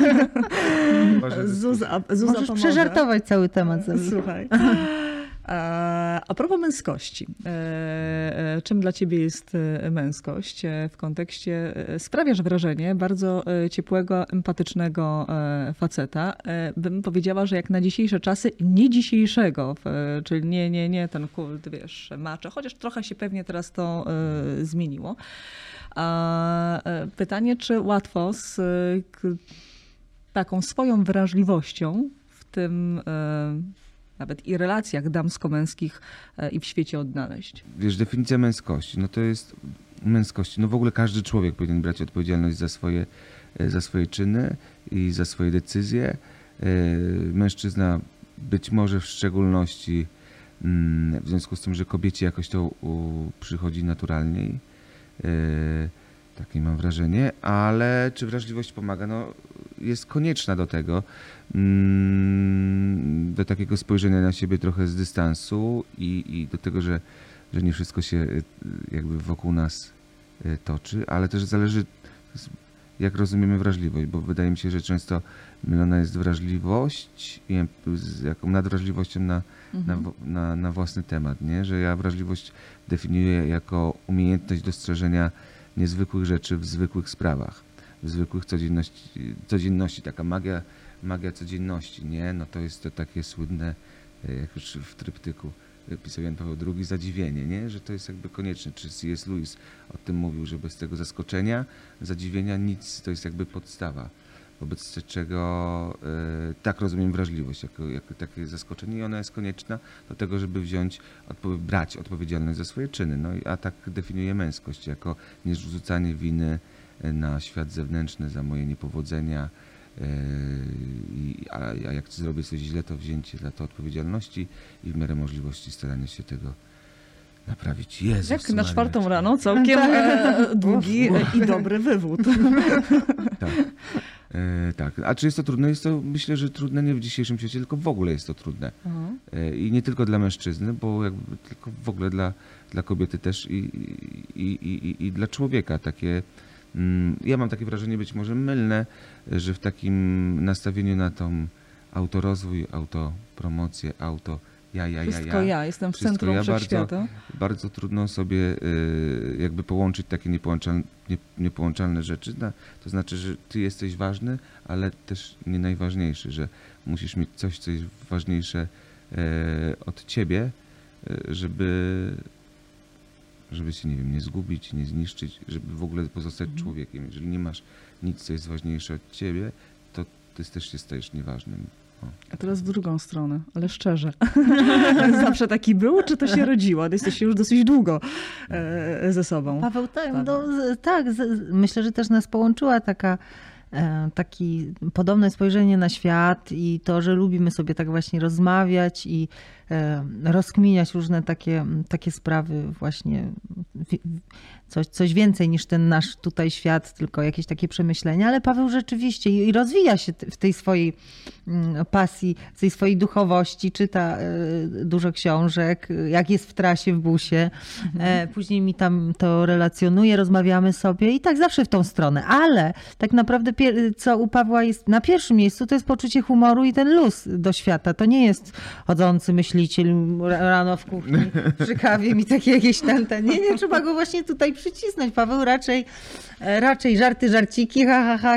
Zuza Możesz pomoże. przeżartować cały temat. Słuchaj. A propos męskości. Czym dla ciebie jest męskość w kontekście, sprawiasz wrażenie bardzo ciepłego, empatycznego faceta. Bym powiedziała, że jak na dzisiejsze czasy, nie dzisiejszego, czyli nie ten kult, wiesz, macho, chociaż trochę się pewnie teraz to zmieniło. Pytanie, czy łatwo z taką swoją wrażliwością w tym nawet i relacjach damsko-męskich i w świecie odnaleźć. Wiesz, definicja męskości, no to jest męskości. No w ogóle każdy człowiek powinien brać odpowiedzialność za swoje czyny i za swoje decyzje. Mężczyzna być może w szczególności w związku z tym, że kobiecie jakoś to przychodzi naturalniej. Takie mam wrażenie, ale czy wrażliwość pomaga? No, jest konieczna do tego, do takiego spojrzenia na siebie trochę z dystansu i do tego, że nie wszystko się jakby wokół nas toczy, ale też zależy, jak rozumiemy wrażliwość, bo wydaje mi się, że często mylona jest wrażliwość z jaką nadwrażliwością na własny temat, nie? Że ja wrażliwość definiuję jako umiejętność dostrzeżenia niezwykłych rzeczy w zwykłych sprawach, w zwykłych codzienności, taka magia codzienności, nie? No to jest to takie słynne, jak już w tryptyku pisał Jan Paweł II, zadziwienie, nie? Że to jest jakby konieczne. Czy C.S. Lewis o tym mówił, że bez tego zaskoczenia, zadziwienia nic, to jest jakby podstawa, wobec czego tak rozumiem wrażliwość, jako takie zaskoczenie i ona jest konieczna do tego, żeby brać odpowiedzialność za swoje czyny. No a tak definiuję męskość, jako nierzucanie winy na świat zewnętrzny za moje niepowodzenia, a jak zrobię coś źle, to wzięcie za to odpowiedzialności i w miarę możliwości starania się tego naprawić. Jezus Jak na Maria. 4 rano całkiem długi i dobry wywód. Tak. Tak. A czy jest to trudne? Jest to, myślę, że trudne nie w dzisiejszym świecie, tylko w ogóle jest to trudne. I nie tylko dla mężczyzny, bo jakby tylko w ogóle dla kobiety też i dla człowieka. Ja mam takie wrażenie, być może mylne, że w takim nastawieniu na tą autorozwój, autopromocję, Wszystko ja, jestem w centrum wszechświata. Bardzo trudno sobie jakby połączyć takie niepołączalne rzeczy. To znaczy, że ty jesteś ważny, ale też nie najważniejszy, że musisz mieć coś, co jest ważniejsze od ciebie, żeby się, nie wiem, nie zgubić, nie zniszczyć, żeby w ogóle pozostać człowiekiem. Jeżeli nie masz nic, co jest ważniejsze od ciebie, to ty też się stajesz nieważnym. A teraz w drugą stronę, ale szczerze. Zawsze taki był, czy to się rodziło? Jesteście już dosyć długo ze sobą. Paweł, tak, myślę, że też nas połączyła takie podobne spojrzenie na świat i to, że lubimy sobie tak właśnie rozmawiać i rozkminiać różne takie sprawy właśnie, coś więcej niż ten nasz tutaj świat, tylko jakieś takie przemyślenia, ale Paweł rzeczywiście i rozwija się w tej swojej pasji, w tej swojej duchowości, czyta dużo książek, jak jest w trasie, w busie, później mi tam to relacjonuje, rozmawiamy sobie i tak zawsze w tą stronę, ale tak naprawdę co u Pawła jest na pierwszym miejscu, to jest poczucie humoru i ten luz do świata. To nie jest chodzący myśliciel rano w kuchni przy kawie mi takie jakieś nie, trzeba go właśnie tutaj przycisnąć. Paweł raczej żarciki,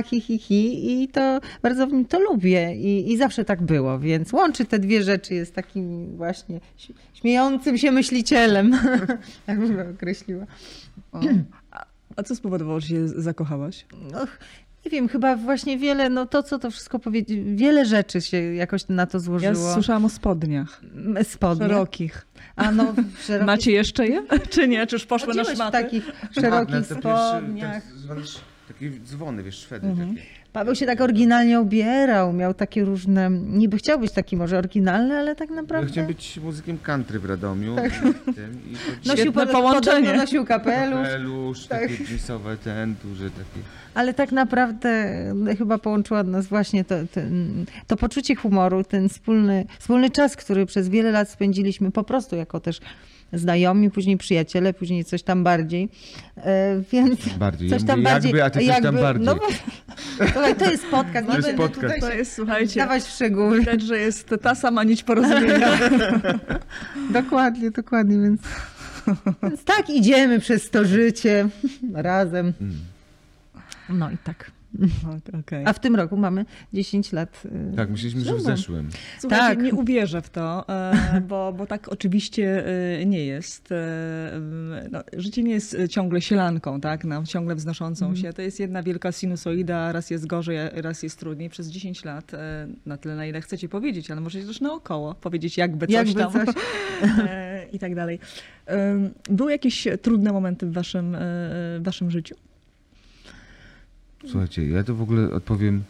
hi i to bardzo w nim to lubię i zawsze tak było, więc łączy te dwie rzeczy, jest takim właśnie śmiejącym się myślicielem, jak bym go określiła. A co spowodowało, że się zakochałaś? Nie wiem, chyba właśnie to wszystko wiele rzeczy się jakoś na to złożyło. Ja słyszałam o spodniach. Szerokich. Szerokich. Macie jeszcze je? Czy nie? Czy już poszły na Chodziłeś szmaty? w takich szerokich spodniach. Takie dzwony, wiesz, Szwedy takie. Paweł się tak oryginalnie ubierał, miał takie różne, niby chciał być taki może oryginalny, ale tak Ja naprawdę chciałem być muzykiem country w Radomiu. I nosił Świetne podobno połączenie. nosił kapelusz. kapelusz, takie jeansowe, duże takie. Ale tak naprawdę chyba połączyło nas właśnie to poczucie humoru, ten wspólny czas, który przez wiele lat spędziliśmy po prostu jako też znajomi, później przyjaciele, później coś tam bardziej. Więc Bardziej. coś Ja tam mówię, bardziej. jakby, a ty coś tam bardziej. No, słuchaj, to jest podcast, To nie jest będę podcast. tutaj To się jest, słuchajcie, dawać w szczegóły. widać, że jest ta sama nić porozumienia. Dokładnie, więc tak idziemy przez to życie razem. No i tak. Okej. A w tym roku mamy 10 lat. Tak, myśleliśmy, że w ślubu. zeszłym. Słuchajcie, Tak. nie uwierzę w to, bo tak oczywiście nie jest. No, życie nie jest ciągle sielanką, tak? No, ciągle wznoszącą się. To jest jedna wielka sinusoida, raz jest gorzej, raz jest trudniej. Przez 10 lat, na tyle, na ile chcecie powiedzieć, ale możecie też naokoło powiedzieć jakby coś tam i tak dalej. Były jakieś trudne momenty w waszym życiu? Słuchajcie, ja to w ogóle odpowiem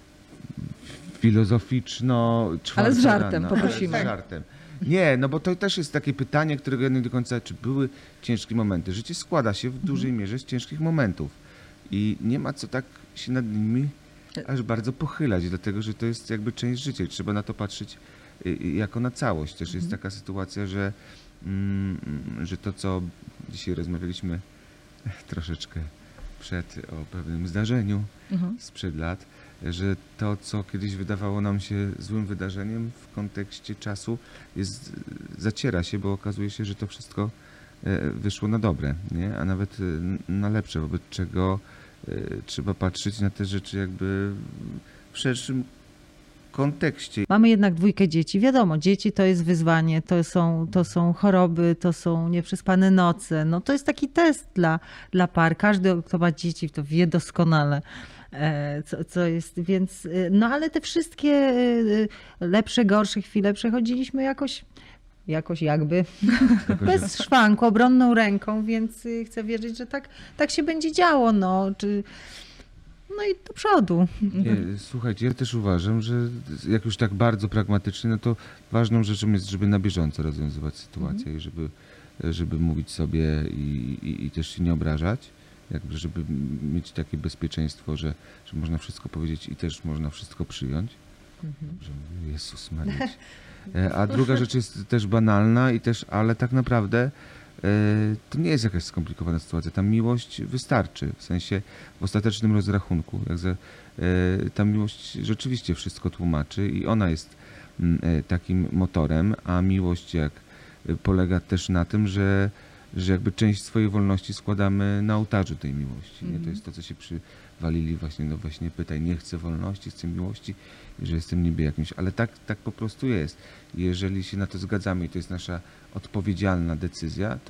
filozoficzno. Ale z żartem, rano, poprosimy. Ale z żartem. Nie, no bo to też jest takie pytanie, którego ja nie do końca, czy były ciężkie momenty. Życie składa się w dużej mierze z ciężkich momentów i nie ma co tak się nad nimi aż bardzo pochylać, dlatego że to jest jakby część życia i trzeba na to patrzeć jako na całość. Też jest taka sytuacja, że to, co dzisiaj rozmawialiśmy troszeczkę przed o pewnym zdarzeniu sprzed lat, że to, co kiedyś wydawało nam się złym wydarzeniem w kontekście czasu, zaciera się, bo okazuje się, że to wszystko wyszło na dobre, nie? A nawet na lepsze, wobec czego trzeba patrzeć na te rzeczy jakby w szerszym kontekście. Mamy jednak 2 dzieci. Wiadomo, dzieci to jest wyzwanie, to są choroby, to są nieprzespane noce. No to jest taki test dla par. Każdy, kto ma dzieci, to wie doskonale, co jest. Więc, no ale te wszystkie lepsze, gorsze chwile przechodziliśmy jakoś jakby bez szwanku, obronną ręką, więc chcę wierzyć, że tak się będzie działo. No i do przodu. Nie, słuchajcie, ja też uważam, że jak już tak bardzo pragmatycznie, no to ważną rzeczą jest, żeby na bieżąco rozwiązywać sytuację i żeby mówić sobie i też się nie obrażać, jakby żeby mieć takie bezpieczeństwo, że można wszystko powiedzieć i też można wszystko przyjąć. Że mówię, Jezus Maria. A druga rzecz jest też banalna ale tak naprawdę to nie jest jakaś skomplikowana sytuacja. Ta miłość wystarczy. W sensie w ostatecznym rozrachunku. Ta miłość rzeczywiście wszystko tłumaczy i ona jest takim motorem, a miłość polega też na tym, że jakby część swojej wolności składamy na ołtarzu tej miłości. Nie? To jest to, co się przywalili właśnie, no właśnie pytaj, nie chcę wolności, chcę miłości i że jestem niby jakimś, ale tak po prostu jest. Jeżeli się na to zgadzamy i to jest nasza odpowiedzialna decyzja,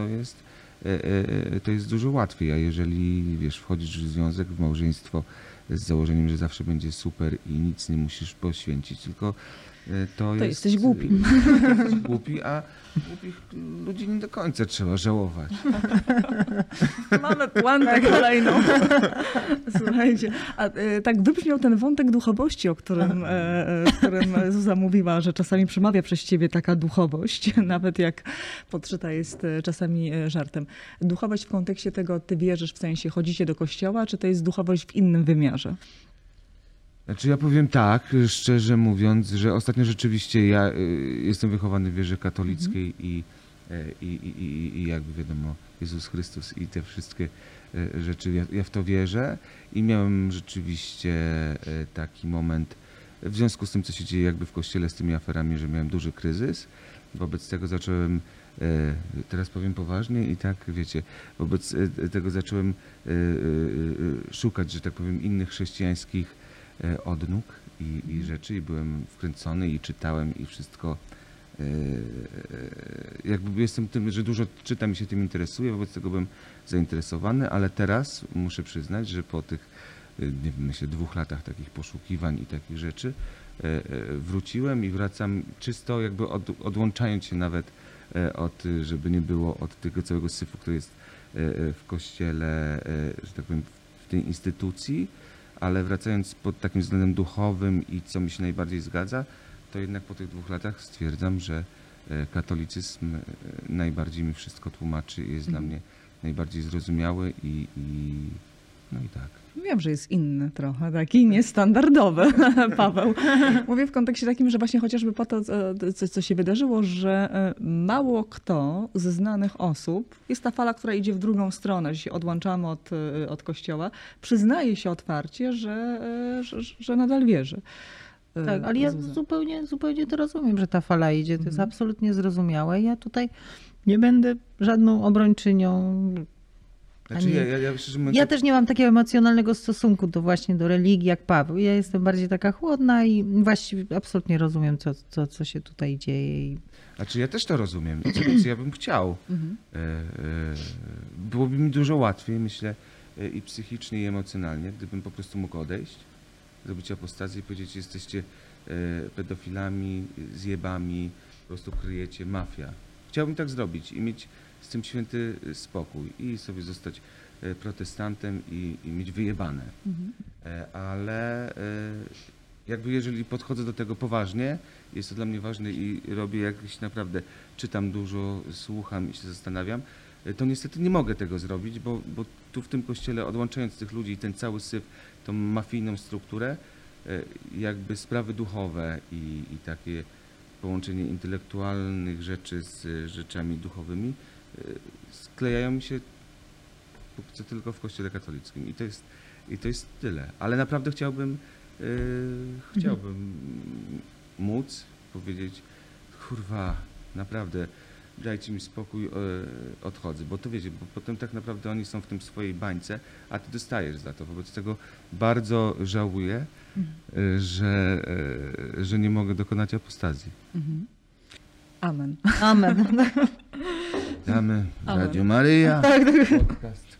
to jest dużo łatwiej, a jeżeli wchodzisz w związek, w małżeństwo z założeniem, że zawsze będzie super i nic nie musisz poświęcić, tylko to jesteś głupi. Jesteś głupi, a głupich ludzi nie do końca trzeba żałować. Mamy puentę kolejną. Słuchajcie, a tak wybrzmiał ten wątek duchowości, o którym Zuza mówiła, że czasami przemawia przez ciebie taka duchowość, nawet jak podszyta jest czasami żartem. Duchowość w kontekście tego, ty wierzysz, w sensie chodzicie do kościoła, czy to jest duchowość w innym wymiarze? Znaczy ja powiem tak, szczerze mówiąc, że ostatnio rzeczywiście ja jestem wychowany w wierze katolickiej i jakby wiadomo Jezus Chrystus i te wszystkie rzeczy, ja w to wierzę i miałem rzeczywiście taki moment w związku z tym, co się dzieje jakby w kościele z tymi aferami, że miałem duży kryzys. Wobec tego zacząłem, teraz powiem poważnie i tak wiecie, wobec tego zacząłem szukać, że tak powiem, innych chrześcijańskich odnóg i rzeczy i byłem wkręcony i czytałem i wszystko. Jakby jestem tym, że dużo czytam i się tym interesuję, wobec tego byłem zainteresowany, ale teraz muszę przyznać, że po tych, nie wiem, myślę 2 latach takich poszukiwań i takich rzeczy wróciłem i wracam czysto jakby odłączając się nawet żeby nie było od tego całego syfu, który jest w kościele, że tak powiem, w tej instytucji, ale wracając pod takim względem duchowym i co mi się najbardziej zgadza, to jednak po tych 2 latach stwierdzam, że katolicyzm najbardziej mi wszystko tłumaczy i jest dla mnie najbardziej zrozumiały no i tak. Wiem, że jest inny trochę, taki niestandardowy, Paweł. Mówię w kontekście takim, że właśnie chociażby po to, co się wydarzyło, że mało kto ze znanych osób, jest ta fala, która idzie w drugą stronę, że się odłączamy od Kościoła, przyznaje się otwarcie, że nadal wierzy. Tak, ale ja Zuza. zupełnie to rozumiem, że ta fala idzie. To jest absolutnie zrozumiałe. Ja tutaj nie będę żadną obrończynią. Znaczy, ja szczerze mówiąc, Ja też nie mam takiego emocjonalnego stosunku do religii jak Paweł. Ja jestem bardziej taka chłodna i właściwie absolutnie rozumiem, co się tutaj dzieje. Znaczy ja też to rozumiem, co więcej, ja bym chciał. Byłoby mi dużo łatwiej, myślę, i psychicznie, i emocjonalnie, gdybym po prostu mógł odejść, zrobić apostazję i powiedzieć, jesteście pedofilami, zjebami, po prostu kryjecie, mafia. Chciałbym tak zrobić i mieć z tym święty spokój i sobie zostać protestantem i mieć wyjebane. Ale jakby jeżeli podchodzę do tego poważnie, jest to dla mnie ważne i robię jakieś naprawdę, czytam dużo, słucham i się zastanawiam, to niestety nie mogę tego zrobić, bo tu w tym kościele, odłączając tych ludzi i ten cały syf, tą mafijną strukturę, jakby sprawy duchowe i takie połączenie intelektualnych rzeczy z rzeczami duchowymi sklejają mi się póki co tylko w kościele katolickim i to jest tyle. Ale naprawdę chciałbym móc powiedzieć, kurwa, naprawdę dajcie mi spokój, odchodzę, bo to wiecie, bo potem tak naprawdę oni są w tym swojej bańce, a ty dostajesz za to. Wobec tego bardzo żałuję, że nie mogę dokonać apostazji. Amen. Amen. Damy Amen. Radio Maryja. Podcast.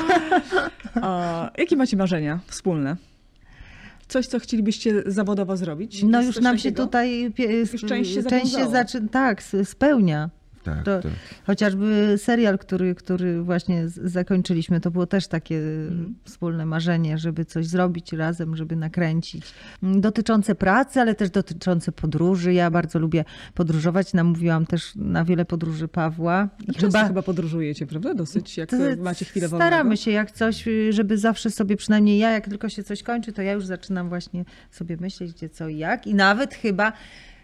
A jakie macie marzenia wspólne? Coś, co chcielibyście zawodowo zrobić? No Jest już coś nam się takiego? tutaj Już część się zawiązało. spełnia. Tak, To, to. chociażby serial, który właśnie zakończyliśmy, to było też takie wspólne marzenie, żeby coś zrobić razem, żeby nakręcić. Dotyczące pracy, ale też dotyczące podróży. Ja bardzo lubię podróżować. Namówiłam też na wiele podróży Pawła. I Chyba podróżujecie, prawda? Dosyć, jak macie chwilę wolnego. Staramy się jak coś, żeby zawsze sobie, przynajmniej ja, jak tylko się coś kończy, to ja już zaczynam właśnie sobie myśleć, gdzie co i jak. I nawet chyba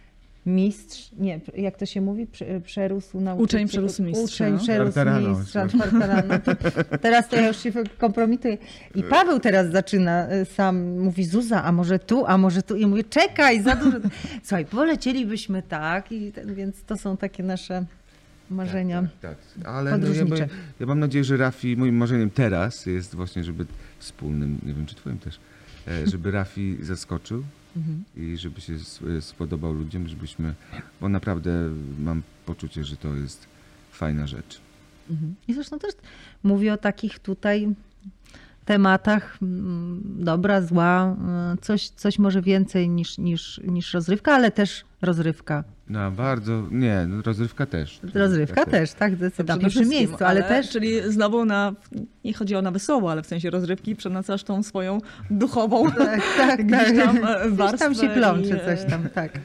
mistrz, nie, jak to się mówi, przerósł nauczyciel. Uczeń przerósł mistrza. Uczeń przerósł Czwarta rano, mistrza, 4 rano. Teraz to ja już się kompromituję. I Paweł teraz zaczyna sam, mówi Zuza, a może tu, a może tu. I mówię, czekaj, za dużo. Słuchaj, polecielibyśmy tak, więc to są takie nasze marzenia. Tak. Ale no, podróżnicze. ja mam nadzieję, że Rafi, moim marzeniem teraz jest właśnie, żeby wspólnym, nie wiem czy twoim też, żeby Rafi zaskoczył i żeby się spodobał ludziom, żebyśmy, bo naprawdę mam poczucie, że to jest fajna rzecz. I zresztą też mówię o takich tutaj tematach, dobra, zła, coś może więcej niż rozrywka, ale też rozrywka. No bardzo, nie, no, rozrywka też. Rozrywka też, tak, zdecydowanie. Przede Przy wszystkim, miejscu, ale też... Czyli znowu nie chodzi o na wesoło, ale w sensie rozrywki przenacasz tą swoją duchową Tak, gdzieś tam Gdzieś warstwę tam się plączy coś tam, tak.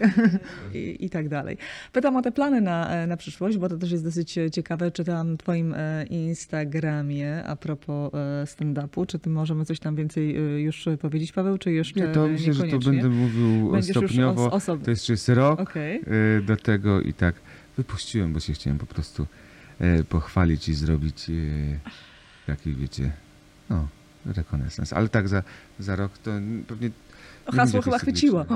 I tak dalej. Pytam o te plany na przyszłość, bo to też jest dosyć ciekawe. Czytałam na twoim Instagramie a propos stand-upu. Czy ty możemy coś tam więcej już powiedzieć, Paweł, czy jeszcze Nie, to myślę, że to niekoniecznie? będę mówił Będziesz już stopniowo. osobno. To jest jeszcze rok Okej. do tego i tak wypuściłem, bo się chciałem po prostu pochwalić i zrobić taki, wiecie, no, rekonesans. Ale tak za rok to pewnie... nie Hasło będzie chyba jakoś chwyciło.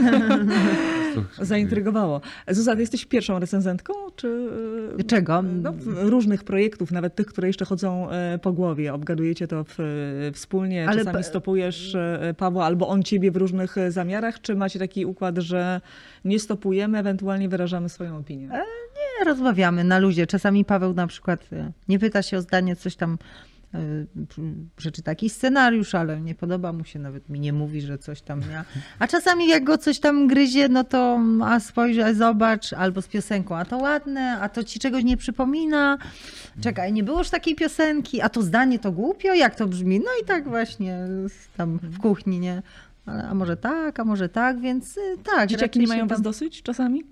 cykliczne. Zaintrygowało. Zuza, ty jesteś pierwszą recenzentką? Czy... Czego? No, różnych projektów, nawet tych, które jeszcze chodzą po głowie. Obgadujecie to wspólnie, Ale czasami stopujesz Pawła albo on ciebie w różnych zamiarach, czy macie taki układ, że nie stopujemy, ewentualnie wyrażamy swoją opinię? Nie, rozmawiamy na luzie. Czasami Paweł na przykład nie pyta się o zdanie, coś tam przeczyta jakiś scenariusz, ale nie podoba mu się, nawet mi nie mówi, że coś tam miał. A czasami jak go coś tam gryzie, no to a spojrz, a zobacz, albo z piosenką, a to ładne, a to ci czegoś nie przypomina. Czekaj, nie było już takiej piosenki, a to zdanie to głupio, jak to brzmi? No i tak właśnie tam w kuchni, nie? A może tak, więc tak. Dzieciaki nie mają raczej was się dosyć czasami?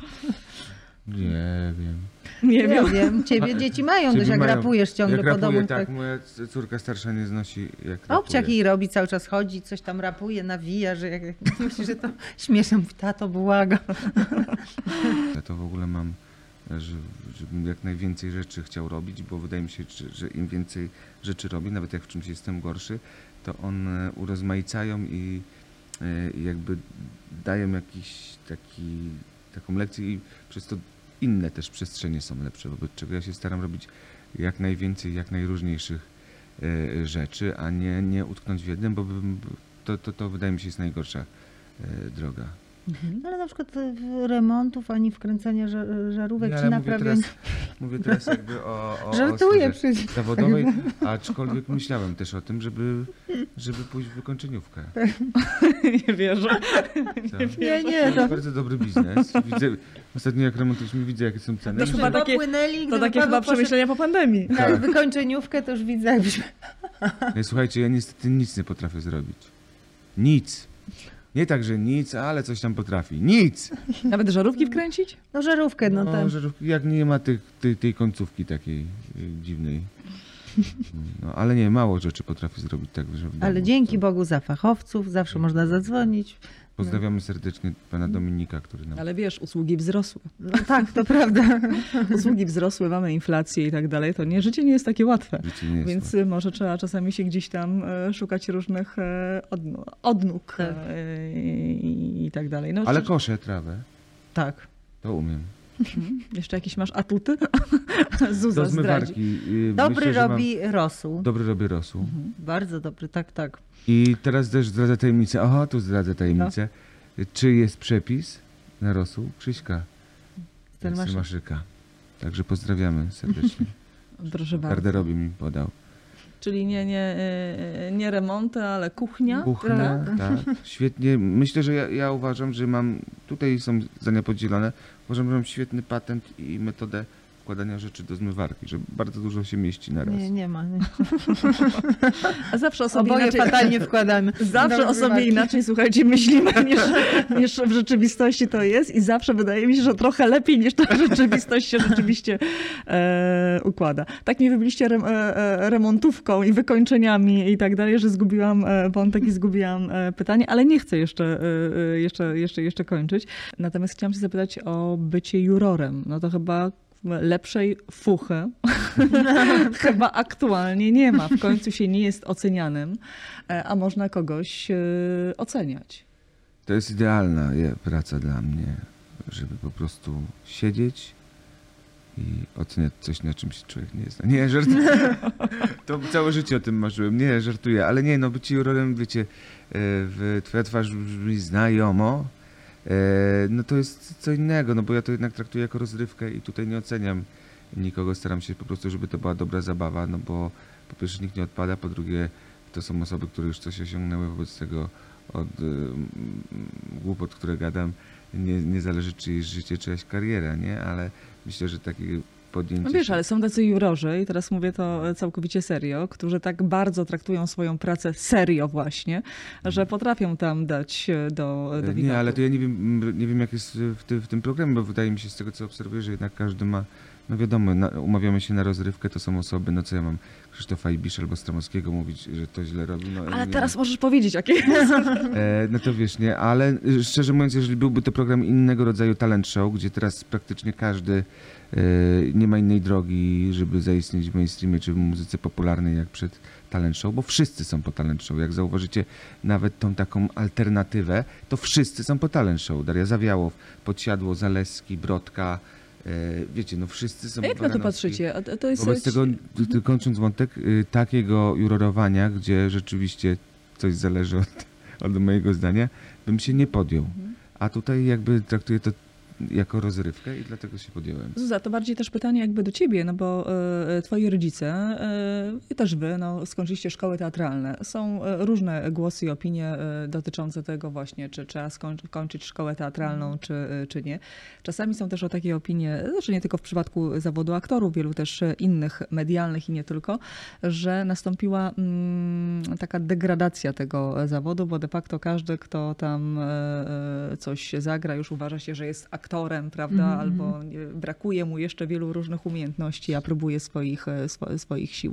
Nie wiem. Nie tam... wiem. Ja wiem, ciebie dzieci mają Ciebie dość, jak mają. rapujesz ciągle Jak po rapuję, domu. tak, moja córka starsza nie znosi jak Obciak rapuje. jej robi, cały czas chodzi, coś tam rapuje, nawija, że jak myśli, że to śmieszne. Mówi, tato, błagam. Ja to w ogóle mam, żebym jak najwięcej rzeczy chciał robić, bo wydaje mi się, że im więcej rzeczy robię, nawet jak w czymś jestem gorszy, to one urozmaicają i jakby dają jakiś taką lekcję i przez to inne też przestrzenie są lepsze, wobec czego ja się staram robić jak najwięcej, jak najróżniejszych rzeczy, a nie utknąć w jednym, bo to wydaje mi się jest najgorsza droga. Ale na przykład remontów, ani wkręcania żarówek, Nie, czy ale naprawiania. mówię teraz jakby o Żartuję sferze przecież. zawodowej, aczkolwiek myślałem też o tym, żeby pójść w wykończeniówkę. Nie wierzę. Nie, To to... jest bardzo dobry biznes. Widzę, ostatnio jak remontujemy, widzę jakie są ceny. To Myślę, chyba takie- popłynęli, To gdyby takie Paweł chyba poszedł przemyślenia po pandemii. na wykończeniówkę, to już widzę, jakbyśmy... nie, słuchajcie, ja niestety nic nie potrafię zrobić. Nic. Nie tak, że nic, ale coś tam potrafi. Nic! Nawet żarówki wkręcić? No żarówkę, no tam. Jak nie ma tej końcówki takiej dziwnej. No, ale nie, mało rzeczy potrafię zrobić tak, że w Ale domu. dzięki Bogu za fachowców, zawsze można zadzwonić. Pozdrawiamy serdecznie pana Dominika, który nam... Ale wiesz, usługi wzrosły. No tak, to prawda. Usługi wzrosły, mamy inflację i tak dalej. To nie, życie nie jest takie łatwe. Życie nie jest Więc może trzeba czasami się gdzieś tam szukać różnych odnóg Tak. i tak dalej. No, Ale koszę trawę, Tak. to umiem. jeszcze jakieś masz atuty? Do Zuza zdradzi. zmywarki. Dobry myślę, że robi rosół. Dobry robi rosół. Bardzo dobry, tak. I teraz też zdradzę tajemnicę. Aha, tu zdradzę tajemnicę. Czy jest przepis na rosół? Krzyśka Maszyka. Także pozdrawiamy serdecznie. Proszę bardzo. Garderobie mi podał. Czyli nie remonty, ale kuchnia. Kuchnia, tak. Świetnie. Myślę, że ja uważam, że mam, tutaj są zdania podzielone, uważam, że mam świetny patent i metodę wkładania rzeczy do zmywarki, że bardzo dużo się mieści na raz. Nie ma. Nie. A zawsze o sobie Oboje inaczej, fatalnie wkładamy. zawsze o sobie inaczej, słuchajcie, myślimy niż w rzeczywistości to jest i zawsze wydaje mi się, że trochę lepiej niż ta rzeczywistość się rzeczywiście układa. Tak mnie wybiliście remontówką i wykończeniami i tak dalej, że zgubiłam wątek i zgubiłam pytanie, ale nie chcę jeszcze kończyć. Natomiast chciałam się zapytać o bycie jurorem. No to chyba lepszej fuchy chyba aktualnie nie ma. W końcu się nie jest ocenianym, a można kogoś oceniać. To jest idealna praca dla mnie, żeby po prostu siedzieć i oceniać coś, na czym się człowiek nie zna. Nie, żartuję. To całe życie o tym marzyłem. Nie, żartuję. Ale nie, no bycie jurorem, wiecie, twoja twarz brzmi znajomo, no to jest co innego, no bo ja to jednak traktuję jako rozrywkę i tutaj nie oceniam nikogo, staram się po prostu, żeby to była dobra zabawa, no bo po pierwsze nikt nie odpada, po drugie to są osoby, które już coś osiągnęły, wobec tego od głupot, które gadam, nie zależy czyjeś życie, czyjaś kariera, nie? Ale myślę, że takie podjęcie... No wiesz, ale są tacy jurorzy, i teraz mówię to całkowicie serio, którzy tak bardzo traktują swoją pracę serio właśnie, że potrafią tam dać do widoku. Nie, ale to ja nie wiem jak jest w tym programie, bo wydaje mi się z tego, co obserwuję, że jednak każdy ma, no wiadomo, umawiamy się na rozrywkę, to są osoby, no co ja mam Krzysztofa Ibisza albo Stramowskiego mówić, że to źle robi. No, Ale nie teraz wiem. możesz powiedzieć, jakie jest. No to wiesz, nie, ale szczerze mówiąc, jeżeli byłby to program innego rodzaju talent show, gdzie teraz praktycznie każdy nie ma innej drogi, żeby zaistnieć w mainstreamie czy w muzyce popularnej jak przed talent show, bo wszyscy są po talent show. Jak zauważycie nawet tą taką alternatywę, to wszyscy są po talent show. Daria Zawiałow, Podsiadło, Zaleski, Brodka, wiecie, no wszyscy są A jak po na to Baranowski. patrzycie? To jest Wobec tego, kończąc wątek, takiego jurorowania, gdzie rzeczywiście coś zależy od mojego zdania, bym się nie podjął. A tutaj jakby traktuję to jako rozrywkę i dlatego się podjąłem. Zuza, to bardziej też pytanie jakby do ciebie, no bo twoi rodzice i też wy, no, skończyliście szkoły teatralne. Są różne głosy i opinie dotyczące tego właśnie, czy trzeba kończyć szkołę teatralną, czy nie. Czasami są też o takie opinie, znaczy nie tylko w przypadku zawodu aktorów, wielu też innych, medialnych i nie tylko, że nastąpiła taka degradacja tego zawodu, bo de facto każdy, kto tam coś zagra, już uważa się, że jest aktorem, prawda, albo brakuje mu jeszcze wielu różnych umiejętności, a próbuje swoich sił.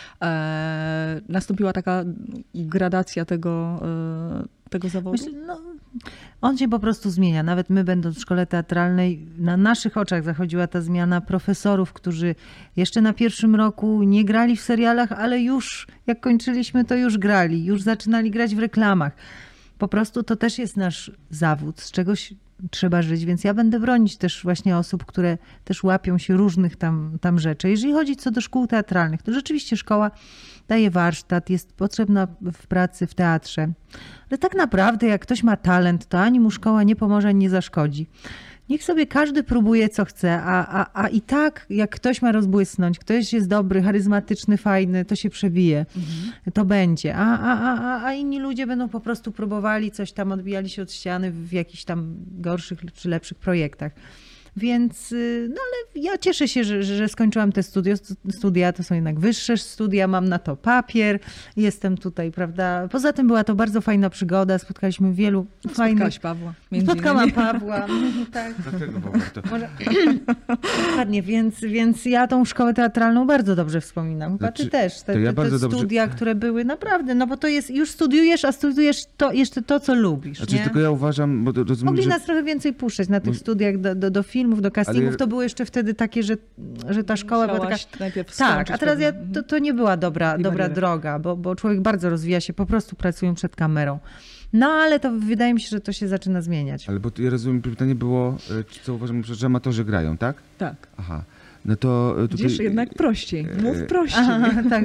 Nastąpiła taka gradacja tego zawodu? Myślę, no, on się po prostu zmienia. Nawet my, będąc w szkole teatralnej, na naszych oczach zachodziła ta zmiana profesorów, którzy jeszcze na pierwszym roku nie grali w serialach, ale już jak kończyliśmy, to już grali, już zaczynali grać w reklamach. Po prostu to też jest nasz zawód, z czegoś trzeba żyć, więc ja będę bronić też właśnie osób, które też łapią się różnych tam rzeczy. Jeżeli chodzi co do szkół teatralnych, to rzeczywiście szkoła daje warsztat, jest potrzebna w pracy, w teatrze. Ale tak naprawdę jak ktoś ma talent, to ani mu szkoła nie pomoże, ani nie zaszkodzi. Niech sobie każdy próbuje co chce, a i tak jak ktoś ma rozbłysnąć, ktoś jest dobry, charyzmatyczny, fajny, to się przebije, to będzie. A inni ludzie będą po prostu próbowali, coś tam odbijali się od ściany w jakichś tam gorszych czy lepszych projektach. Więc, no ale ja cieszę się, że skończyłam te studia, to są jednak wyższe studia, mam na to papier, jestem tutaj, prawda. Poza tym była to bardzo fajna przygoda, spotkaliśmy wielu fajnych... Spotkałaś Pawła. Spotkałam Pawła, tak. Dlatego warto. Dokładnie, więc ja tą szkołę teatralną bardzo dobrze wspominam. Chyba ty też. Te studia, które były naprawdę, no bo to jest, już studiujesz, a studiujesz to, jeszcze to, co lubisz. Znaczy, nie? tylko ja uważam, bo rozumiem, Mogli że... nas trochę więcej puszczać na tych studiach do filmów, do castingów. To było jeszcze wtedy takie, że ta szkoła była taka... Najpierw tak, a teraz to nie była dobra droga, bo człowiek bardzo rozwija się, po prostu pracują przed kamerą. No ale to wydaje mi się, że to się zaczyna zmieniać. Ale bo ja rozumiem, pytanie było, co uważam, że amatorzy grają, tak? Tak. Aha. No to tutaj... Widzisz, jednak prościej. Mów prościej. Tak,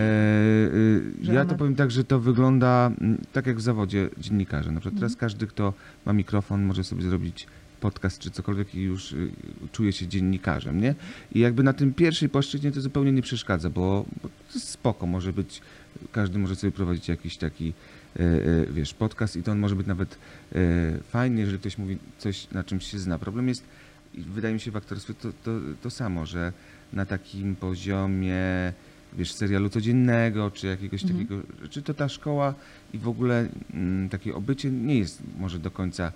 ja to powiem tak, że to wygląda tak jak w zawodzie dziennikarza. Na przykład teraz każdy, kto ma mikrofon, może sobie zrobić podcast czy cokolwiek i już czuje się dziennikarzem, nie? I jakby na tym pierwszej płaszczyźnie to zupełnie nie przeszkadza, bo to jest spoko, może być, każdy może sobie prowadzić jakiś taki, wiesz, podcast i to on może być nawet fajny, jeżeli ktoś mówi coś, na czymś się zna. Problem jest, i wydaje mi się w aktorstwie to samo, że na takim poziomie, wiesz, serialu codziennego, czy jakiegoś takiego, czy to ta szkoła i w ogóle takie obycie nie jest może do końca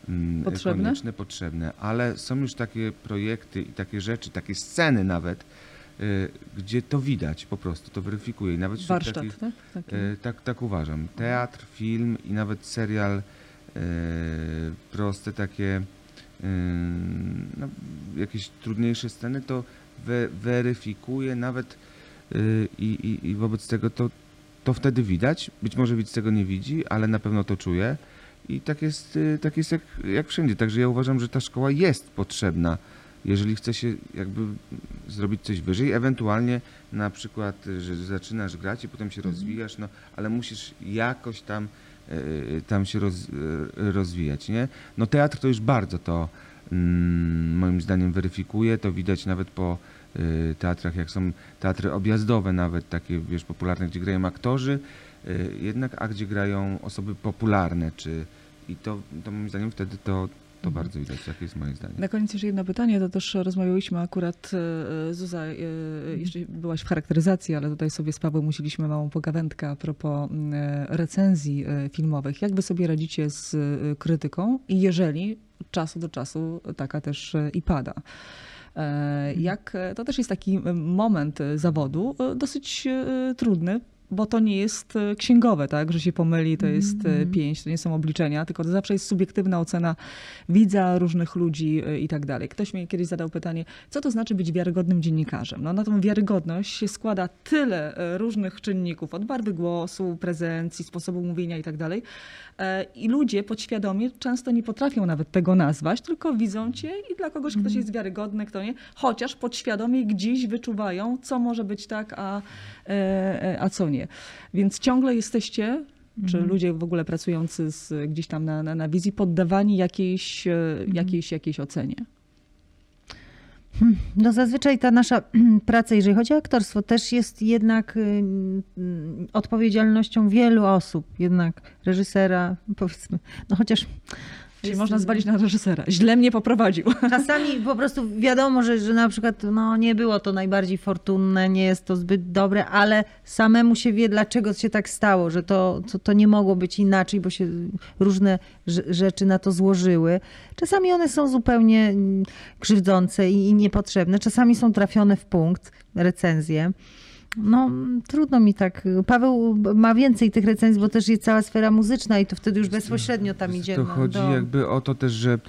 potrzebne, ale są już takie projekty i takie rzeczy, takie sceny nawet, gdzie to widać po prostu, to weryfikuje. I nawet warsztat, takich, tak? Tak uważam. Teatr, film i nawet serial proste takie no, jakieś trudniejsze sceny, to weryfikuje nawet i wobec tego to wtedy widać. Być może widz tego nie widzi, ale na pewno to czuje. I tak jest jak wszędzie. Także ja uważam, że ta szkoła jest potrzebna, jeżeli chce się jakby zrobić coś wyżej, ewentualnie na przykład, że zaczynasz grać i potem się rozwijasz, no ale musisz jakoś tam się rozwijać, nie? No teatr to już bardzo to moim zdaniem weryfikuje, to widać nawet po teatrach, jak są teatry objazdowe nawet, takie, wiesz, popularne, gdzie grają aktorzy, jednak, a gdzie grają osoby popularne, i to moim zdaniem wtedy to bardzo widać, takie jest moje zdanie. Na koniec jeszcze jedno pytanie, to też rozmawialiśmy akurat, Zuza, jeszcze byłaś w charakteryzacji, ale tutaj sobie z Pawłem musieliśmy małą pogawędkę a propos recenzji filmowych. Jak wy sobie radzicie z krytyką i jeżeli od czasu do czasu taka też i pada? To też jest taki moment zawodu dosyć trudny, bo to nie jest księgowe, tak, że się pomyli, to jest pięć, to nie są obliczenia, tylko to zawsze jest subiektywna ocena widza, różnych ludzi i tak dalej. Ktoś mi kiedyś zadał pytanie, co to znaczy być wiarygodnym dziennikarzem? No na tą wiarygodność się składa tyle różnych czynników, od barwy głosu, prezencji, sposobu mówienia i tak dalej. I ludzie podświadomie często nie potrafią nawet tego nazwać, tylko widzą cię i dla kogoś ktoś jest wiarygodny, kto nie, chociaż podświadomie gdzieś wyczuwają, co może być tak, a co nie. Więc ciągle jesteście Czy ludzie w ogóle pracujący gdzieś tam na wizji poddawani jakiejś ocenie? No zazwyczaj ta nasza praca, jeżeli chodzi o aktorstwo, też jest jednak odpowiedzialnością wielu osób, jednak reżysera, powiedzmy, no chociaż... Czyli można zwalić na reżysera. Źle mnie poprowadził. Czasami po prostu wiadomo, że na przykład no, nie było to najbardziej fortunne, nie jest to zbyt dobre, ale samemu się wie, dlaczego się tak stało, że to nie mogło być inaczej, bo się różne rzeczy na to złożyły. Czasami one są zupełnie krzywdzące i niepotrzebne. Czasami są trafione w punkt, recenzje. No trudno mi tak. Paweł ma więcej tych recenzji, bo też jest cała sfera muzyczna i to wtedy już bezpośrednio tam idzie. To chodzi jakby o to też, że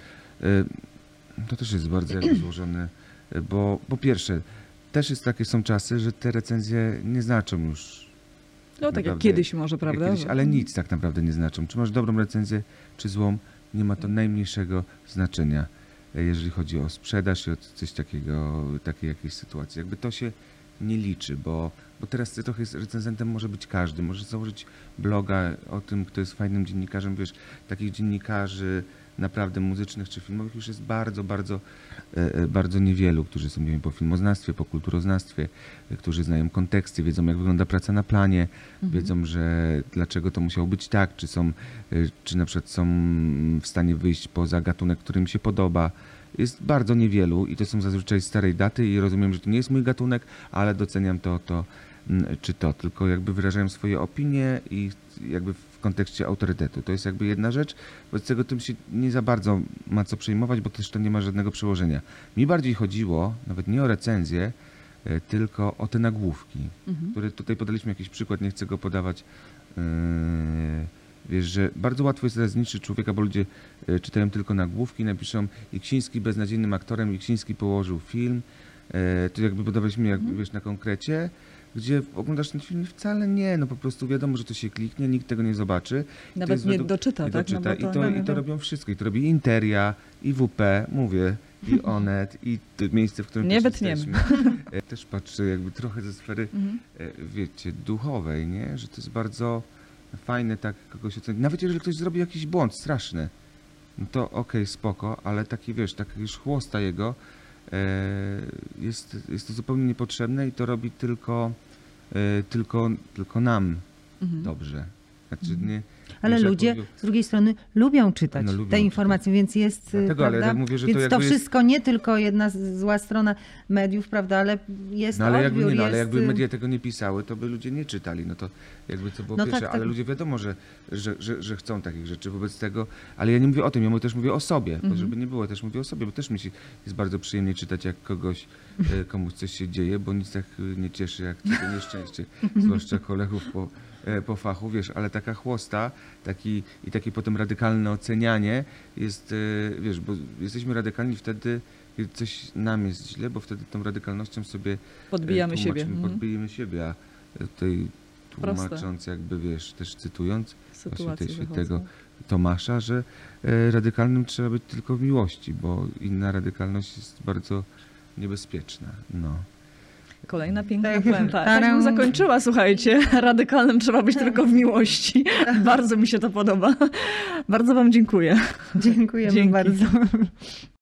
to też jest bardzo jakby złożone, bo po pierwsze też jest takie, są czasy, że te recenzje nie znaczą już. No tak jak kiedyś może, prawda? Kiedyś, ale nic tak naprawdę nie znaczą. Czy masz dobrą recenzję, czy złą, nie ma to najmniejszego znaczenia, jeżeli chodzi o sprzedaż i o coś takiego, takiej jakiejś sytuacji. Jakby to się nie liczy, bo teraz trochę recenzentem może być każdy. Możesz założyć bloga o tym, kto jest fajnym dziennikarzem. Wiesz, takich dziennikarzy naprawdę muzycznych czy filmowych już jest bardzo, bardzo, bardzo niewielu, którzy są, nie wiem, po filmoznawstwie, po kulturoznawstwie, którzy znają konteksty, wiedzą, jak wygląda praca na planie, wiedzą, że dlaczego to musiało być tak, czy na przykład są w stanie wyjść poza gatunek, który im się podoba. Jest bardzo niewielu i to są zazwyczaj starej daty i rozumiem, że to nie jest mój gatunek, ale doceniam to, tylko jakby wyrażają swoje opinie i jakby w kontekście autorytetu. To jest jakby jedna rzecz, wobec tego tym się nie za bardzo ma co przejmować, bo też to nie ma żadnego przełożenia. Mi bardziej chodziło nawet nie o recenzję, tylko o te nagłówki, które tutaj podaliśmy jakiś przykład, nie chcę go podawać. Wiesz, że bardzo łatwo jest teraz zniszczyć człowieka, bo ludzie czytają tylko nagłówki, napiszą Iksiński beznadziejnym aktorem, Iksiński położył film. To jakby podawaliśmy, jak wiesz, na konkrecie, gdzie oglądasz ten film i wcale nie, no po prostu wiadomo, że to się kliknie, nikt tego nie zobaczy. Nawet nie doczyta, tak? Doczyta. I to robią wszystko. I to robi Interia, i WP, mówię, i Onet, i to miejsce, w którym nie też wytniemy. jesteśmy. Też patrzę jakby trochę ze sfery, wiecie, duchowej, nie? Że to jest bardzo fajne tak kogoś ocenić. Nawet jeżeli ktoś zrobi jakiś błąd straszny, no to okej, spoko, ale taki, wiesz, taki już chłosta jego jest to zupełnie niepotrzebne i to robi tylko nam dobrze. Znaczy nie, ale wiesz, ludzie z drugiej strony lubią czytać te informacje, więc jest, dlatego, prawda? ale tak mówię, że więc to to wszystko nie tylko jedna zła strona mediów, prawda, ale jest no, ale odbiór. ale jakby media tego nie pisały, to by ludzie nie czytali. No to jakby co było pierwsze, tak, ale ludzie wiadomo, że chcą takich rzeczy wobec tego, ale ja nie mówię o tym, ja też mówię o sobie, bo żeby nie było, też mówię o sobie, bo też mi się jest bardzo przyjemnie czytać, jak komuś coś się dzieje, bo nic tak nie cieszy, jak tego nieszczęście, zwłaszcza kolegów po fachu, wiesz, ale taka chłosta, takie potem radykalne ocenianie jest, wiesz, bo jesteśmy radykalni wtedy, kiedy coś nam jest źle, bo wtedy tą radykalnością sobie podbijamy siebie. Podbijemy siebie, a tutaj tłumacząc jakby, wiesz, też cytując właśnie tego Tomasza, że radykalnym trzeba być tylko w miłości, bo inna radykalność jest bardzo niebezpieczna. No. Kolejna piękna puenta. Tak bym zakończyła, słuchajcie. Radykalnym trzeba być tylko w miłości. Bardzo mi się to podoba. Bardzo wam dziękuję. Dziękujemy bardzo.